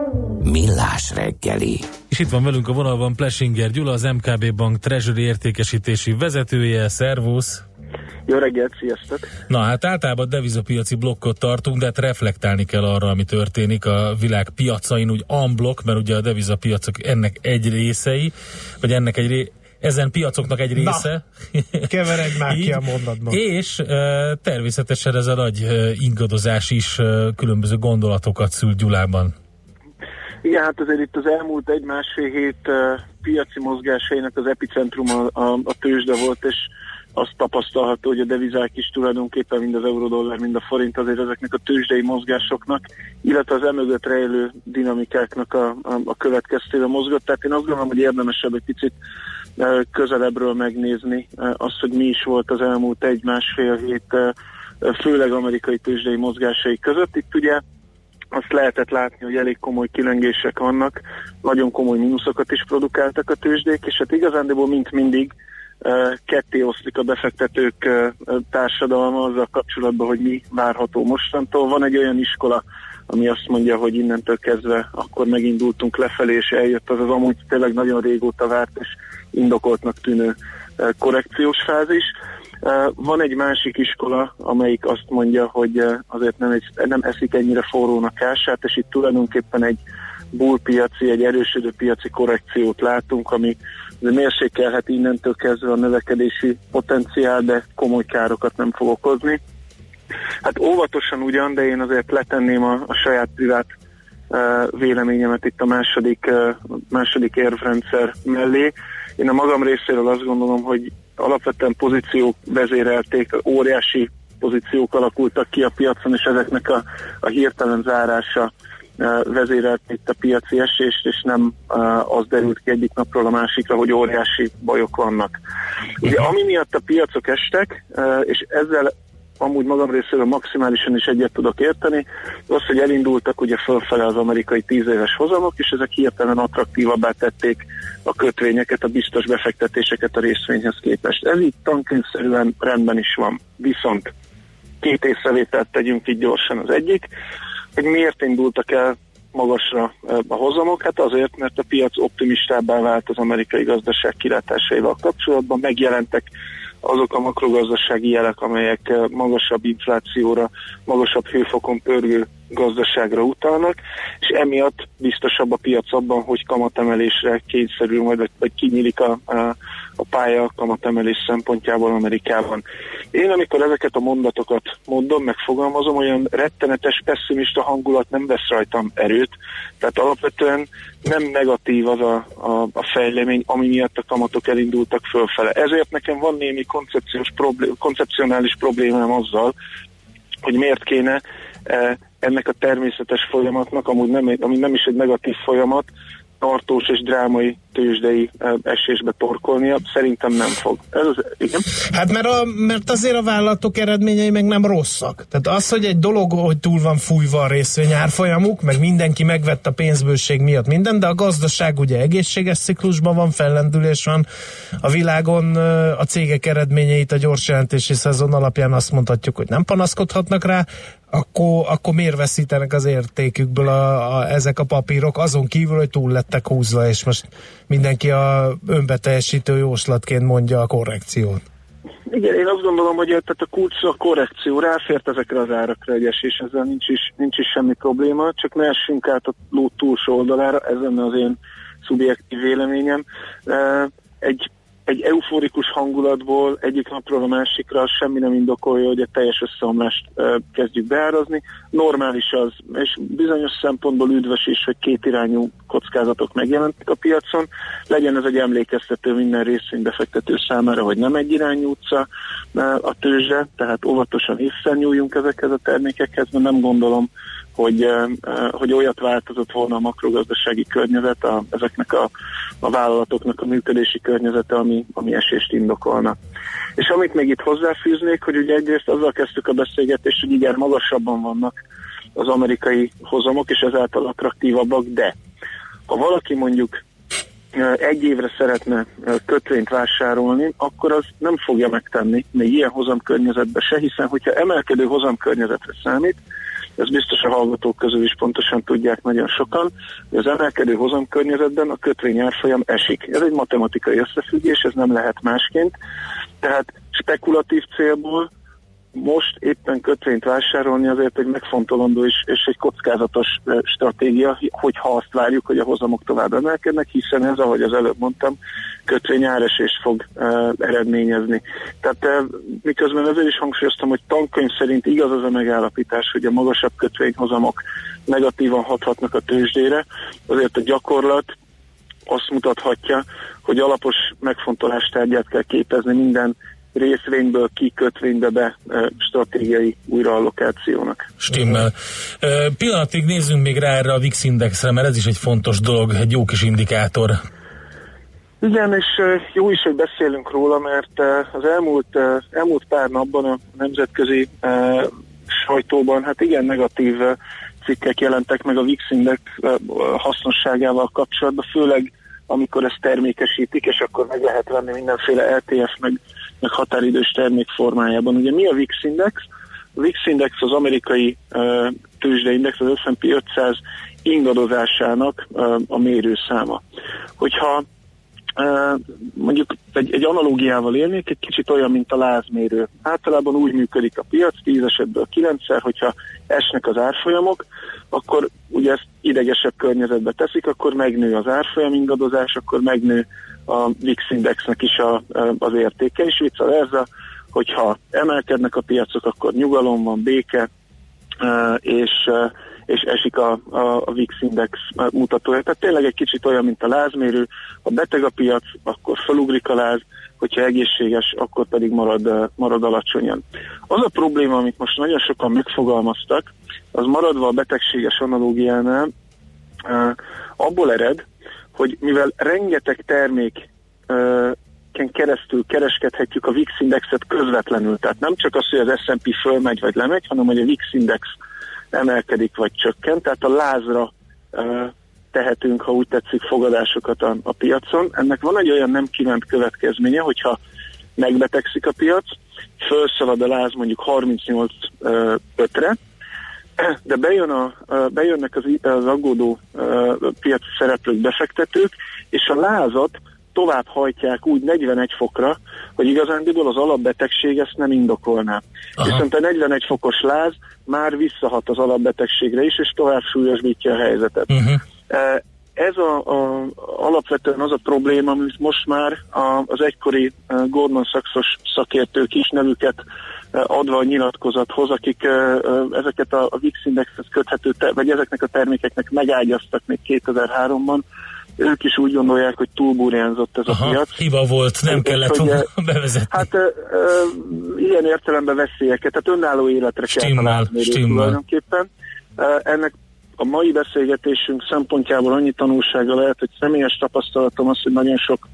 Millás reggeli. És itt van velünk a vonalban Plesinger Gyula, az MKB Bank Treasury értékesítési vezetője. Szervusz! Jó reggelt, sziasztok! Na hát általában devizapiaci blokkot tartunk, de hát reflektálni kell arra, ami történik a világ piacain, úgy en bloc, mert ugye a devizapiacok ennek egy részei, vagy ennek ezen piacoknak egy része. Keveredj már ki a mondatban. És természetesen ez a nagy ingadozás is különböző gondolatokat szül Gyulában. Igen, hát azért itt az elmúlt egy-másfél hét piaci mozgásainak az epicentrum a tőzsde volt, és azt tapasztalható, hogy a devizák is tulajdonképpen mind az euró-dollár, mind a forint azért ezeknek a tőzsdei mozgásoknak, illetve az emögött rejlő dinamikáknak a következtében mozgott. Tehát én azt gondolom, hogy érdemesebb egy picit közelebbről megnézni azt, hogy mi is volt az elmúlt egy-másfél hét, főleg amerikai tőzsdei mozgásai között. Itt ugye azt lehetett látni, hogy elég komoly kilengések vannak, nagyon komoly mínuszokat is produkáltak a tőzsdék, és hát igazándiból mint mindig ketté oszlik a befektetők társadalma azzal kapcsolatban, hogy mi várható mostantól. Van egy olyan iskola, ami azt mondja, hogy innentől kezdve akkor megindultunk lefelé, és eljött az amúgy tényleg nagyon régóta várt és indokoltnak tűnő korrekciós fázis. Van egy másik iskola, amelyik azt mondja, hogy azért nem eszik ennyire forrónak ását, és itt tulajdonképpen egy bullpiaci, egy erősödő piaci korrekciót látunk, ami mérsékelhet innentől kezdve a növekedési potenciál, de komoly károkat nem fog okozni. Hát óvatosan ugyan, de én azért letenném a saját privát véleményemet itt a második érvrendszer mellé. Én a magam részéről azt gondolom, hogy alapvetően pozíciók vezérelték, óriási pozíciók alakultak ki a piacon, és ezeknek a hirtelen zárása vezérelt itt a piaci esést, és nem az derült ki egyik napról a másikra, hogy óriási bajok vannak. Ugye ami miatt a piacok estek, és ezzel amúgy magam részéről maximálisan is egyet tudok érteni, az, hogy elindultak ugye fölfele az amerikai 10 éves hozamok, és ezek hirtelen attraktívabbá tették a kötvényeket, a biztos befektetéseket a részvényhez képest. Ez így tankönyvszerűen rendben is van. Viszont 2 észrevételt tegyünk itt gyorsan. Az egyik, hogy miért indultak el magasra a hozamok? Hát azért, mert a piac optimistábbá vált az amerikai gazdaság kilátásaival kapcsolatban, megjelentek azok a makrogazdasági jelek, amelyek magasabb inflációra, magasabb hőfokon pörgő gazdaságra utalnak, és emiatt biztosabb a piac abban, hogy kamatemelésre kényszerül majd, vagy kinyílik a pálya a kamatemelés szempontjából Amerikában. Én amikor ezeket a mondatokat mondom, megfogalmazom, olyan rettenetes, pesszimista hangulat nem vesz rajtam erőt, tehát alapvetően nem negatív az a fejlemény, ami miatt a kamatok elindultak fölfele. Ezért nekem van némi koncepcionális problémám azzal, hogy miért kéne ennek a természetes folyamatnak, ami nem is egy negatív folyamat, tartós és drámai tőzsdei esésbe torkolnia, szerintem nem fog. Igen? Hát mert azért a vállalatok eredményei meg nem rosszak. Tehát az, hogy egy dolog, hogy túl van fújva a részvényárfolyamuk, meg mindenki megvett a pénzbőség miatt minden, de a gazdaság ugye egészséges ciklusban van, fellendülés van a világon, a cégek eredményeit a gyors jelentési szezon alapján azt mondhatjuk, hogy nem panaszkodhatnak rá, akkor miért veszítenek az értékükből ezek a papírok, azon kívül, hogy túl lettek húzva, és most mindenki a önbeteljesítő jóslatként mondja a korrekciót. Igen, én azt gondolom, hogy tehát a kulcs a korrekció, ráfért ezekre az árakra egy esés, ezzel nincs is semmi probléma, csak ne essünk át a ló túlsó oldalára, ez lenne az én szubjektív véleményem. Egy euforikus hangulatból egyik napról a másikra semmi nem indokolja, hogy a teljes összeomlást kezdjük beárazni. Normális az, és bizonyos szempontból üdvös is, hogy kétirányú kockázatok megjelentek a piacon. Legyen ez egy emlékeztető minden részvénybefektető számára, hogy nem egy irányú utca a tőzsde, tehát óvatosan nyúljunk ezekhez a termékekhez, de nem gondolom, hogy olyat változott volna a makrogazdasági környezet, ezeknek a vállalatoknak a működési környezete, ami esést indokolna. És amit még itt hozzáfűznék, hogy ugye egyrészt azzal kezdtük a beszélgetést, hogy igen, magasabban vannak az amerikai hozamok, és ezáltal attraktívabbak, de ha valaki mondjuk egy évre szeretne kötvényt vásárolni, akkor az nem fogja megtenni, még ilyen hozamkörnyezetben se, hiszen hogyha emelkedő hozamkörnyezetre számít, ez biztos a hallgatók közül is pontosan tudják nagyon sokan, hogy az emelkedő hozamkörnyezetben a kötvény árfolyam esik. Ez egy matematikai összefüggés, ez nem lehet másként. Tehát spekulatív célból most éppen kötvényt vásárolni azért egy megfontolandó és egy kockázatos stratégia, hogyha azt várjuk, hogy a hozamok tovább emelkednek, hiszen ez, ahogy az előbb mondtam, kötvény áresést fog eredményezni. Tehát miközben ezért is hangsúlyoztam, hogy tankönyv szerint igaz az a megállapítás, hogy a magasabb kötvényhozamok negatívan hathatnak a tőzsdére, azért a gyakorlat azt mutathatja, hogy alapos megfontolástárgyát kell képezni minden részvényből kikötvénybe be stratégiai újraallokációnak. Stimmel. Pillanatig nézzünk még rá erre a VIX indexre, mert ez is egy fontos dolog, egy jó kis indikátor. Igen, és jó is, hogy beszélünk róla, mert az elmúlt pár napban a nemzetközi sajtóban hát igen negatív cikkek jelentek meg a VIX index hasznosságával kapcsolatban, főleg amikor ezt termékesítik, és akkor meg lehet venni mindenféle ETF meg határidős termék formájában. Ugye mi a VIX index? A VIX index az amerikai tőzsdeindex, az S&P 500 ingadozásának a mérőszáma. Hogyha mondjuk egy analógiával élnék, egy kicsit olyan, mint a lázmérő. Általában úgy működik a piac, 10 esetből 9-szer, hogyha esnek az árfolyamok, akkor ugye ezt idegesebb környezetbe teszik, akkor megnő az árfolyam ingadozás, akkor megnő a VIX indexnek is az értéke, és vice versa, hogyha emelkednek a piacok, akkor nyugalom van, béke, és esik a VIX index mutatója. Tehát tényleg egy kicsit olyan, mint a lázmérő, ha beteg a piac, akkor felugrik a láz, hogyha egészséges, akkor pedig marad alacsonyan. Az a probléma, amit most nagyon sokan megfogalmaztak, az maradva a betegséges analógiánál, abból ered, hogy mivel rengeteg terméken keresztül kereskedhetjük a VIX indexet közvetlenül, tehát nem csak az, hogy az S&P fölmegy vagy lemegy, hanem hogy a VIX index emelkedik vagy csökkent, tehát a lázra tehetünk, ha úgy tetszik, fogadásokat a piacon. Ennek van egy olyan nem kívánt következménye, hogyha megbetegszik a piac, felszalad a láz mondjuk 38,5-re, de bejönnek az aggódó piaci szereplők, befektetők, és a lázat tovább hajtják úgy 41 fokra, hogy igazándiból az alapbetegség ezt nem indokolná. Aha. Viszont a 41 fokos láz már visszahat az alapbetegségre is, és tovább súlyosbítja a helyzetet. Ez alapvetően az a probléma, amit most már az egykori Goldman Sachs-os szakértők is nevüket adva a nyilatkozathoz, akik ezeket a VIX indexhez köthető, vagy ezeknek a termékeknek megágyaztak még 2003-ban, ők is úgy gondolják, hogy túlburjánzott ez a piac. Hiba volt, nem kellett volna bevezetni. Hát ilyen értelemben veszélyeket, tehát önálló életre kell találni tulajdonképpen. Ennek a mai beszélgetésünk szempontjából annyi tanulsága lehet, hogy személyes tapasztalatom az, hogy nagyon sok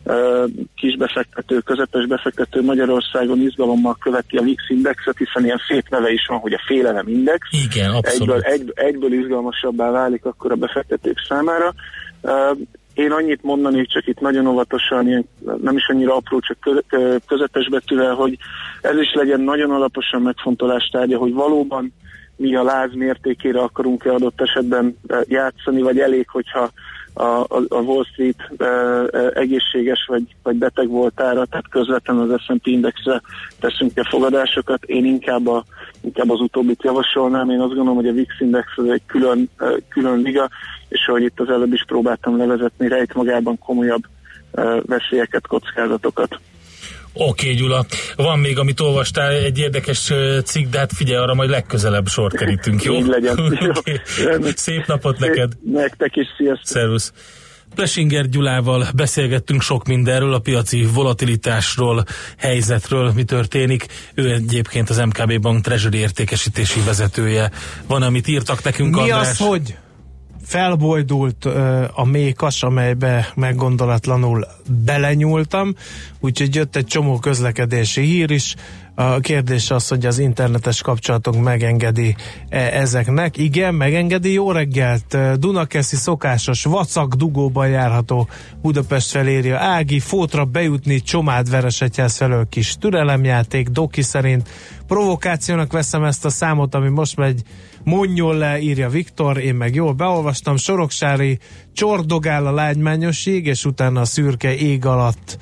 kis befektető, közepes befektető Magyarországon izgalommal követi a VIX indexet, hiszen ilyen szép neve is van, hogy a félelem index. Igen, abszolút. Egyből izgalmasabbá válik akkor a befektetők számára. Én annyit mondanék, csak itt nagyon óvatosan, ilyen, nem is annyira apró, csak közepes betűvel, hogy ez is legyen nagyon alaposan megfontolás tárgya, hogy valóban mi a láz mértékére akarunk-e adott esetben játszani, vagy elég, hogyha a Wall Street egészséges vagy beteg voltára, tehát közvetlenül az S&P indexre teszünk-e fogadásokat. Én inkább az utóbbit javasolnám. Én azt gondolom, hogy a VIX index az egy külön liga, és ahogy itt az előbb is próbáltam levezetni, rejt magában komolyabb veszélyeket, kockázatokat. Oké, Gyula. Van még, amit olvastál, egy érdekes cikk, de hát figyelj, arra majd legközelebb sor kerítünk, jó? Így legyen. Okay. Szép napot neked. Nektek is, sziasztok. Szervusz. Plesinger Gyulával beszélgettünk sok mindenről, a piaci volatilitásról, helyzetről, mi történik. Ő egyébként az MKB Bank Treasury értékesítési vezetője. Van, amit írtak nekünk, András? Mi az, hogy felbojdult a mékas, amelybe meggondolatlanul belenyúltam, úgyhogy jött egy csomó közlekedési hír is. A kérdés az, hogy az internetes kapcsolatunk megengedi ezeknek. Igen, megengedi. Jó reggelt! Dunakeszi szokásos vacak dugóban járható Budapest felérja Ági, Fótra bejutni Csomád-Veresegyház felől kis türelemjáték, Doki szerint. Provokációnak veszem ezt a számot, ami most megy, mondjon le, írja Viktor, én meg jól beolvastam. Soroksári csordogál a lágymányosig, és utána a szürke ég alatt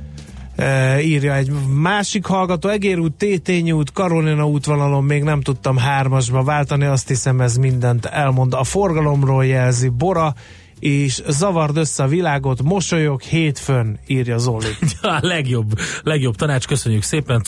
írja egy másik hallgató. Egér út, Tétényi út, Karolina útvonalon még nem tudtam 3-asba váltani, azt hiszem ez mindent elmond a forgalomról, jelzi Bora, és zavard össze a világot, mosolyog hétfőn, írja Zoli. Legjobb tanács, köszönjük szépen.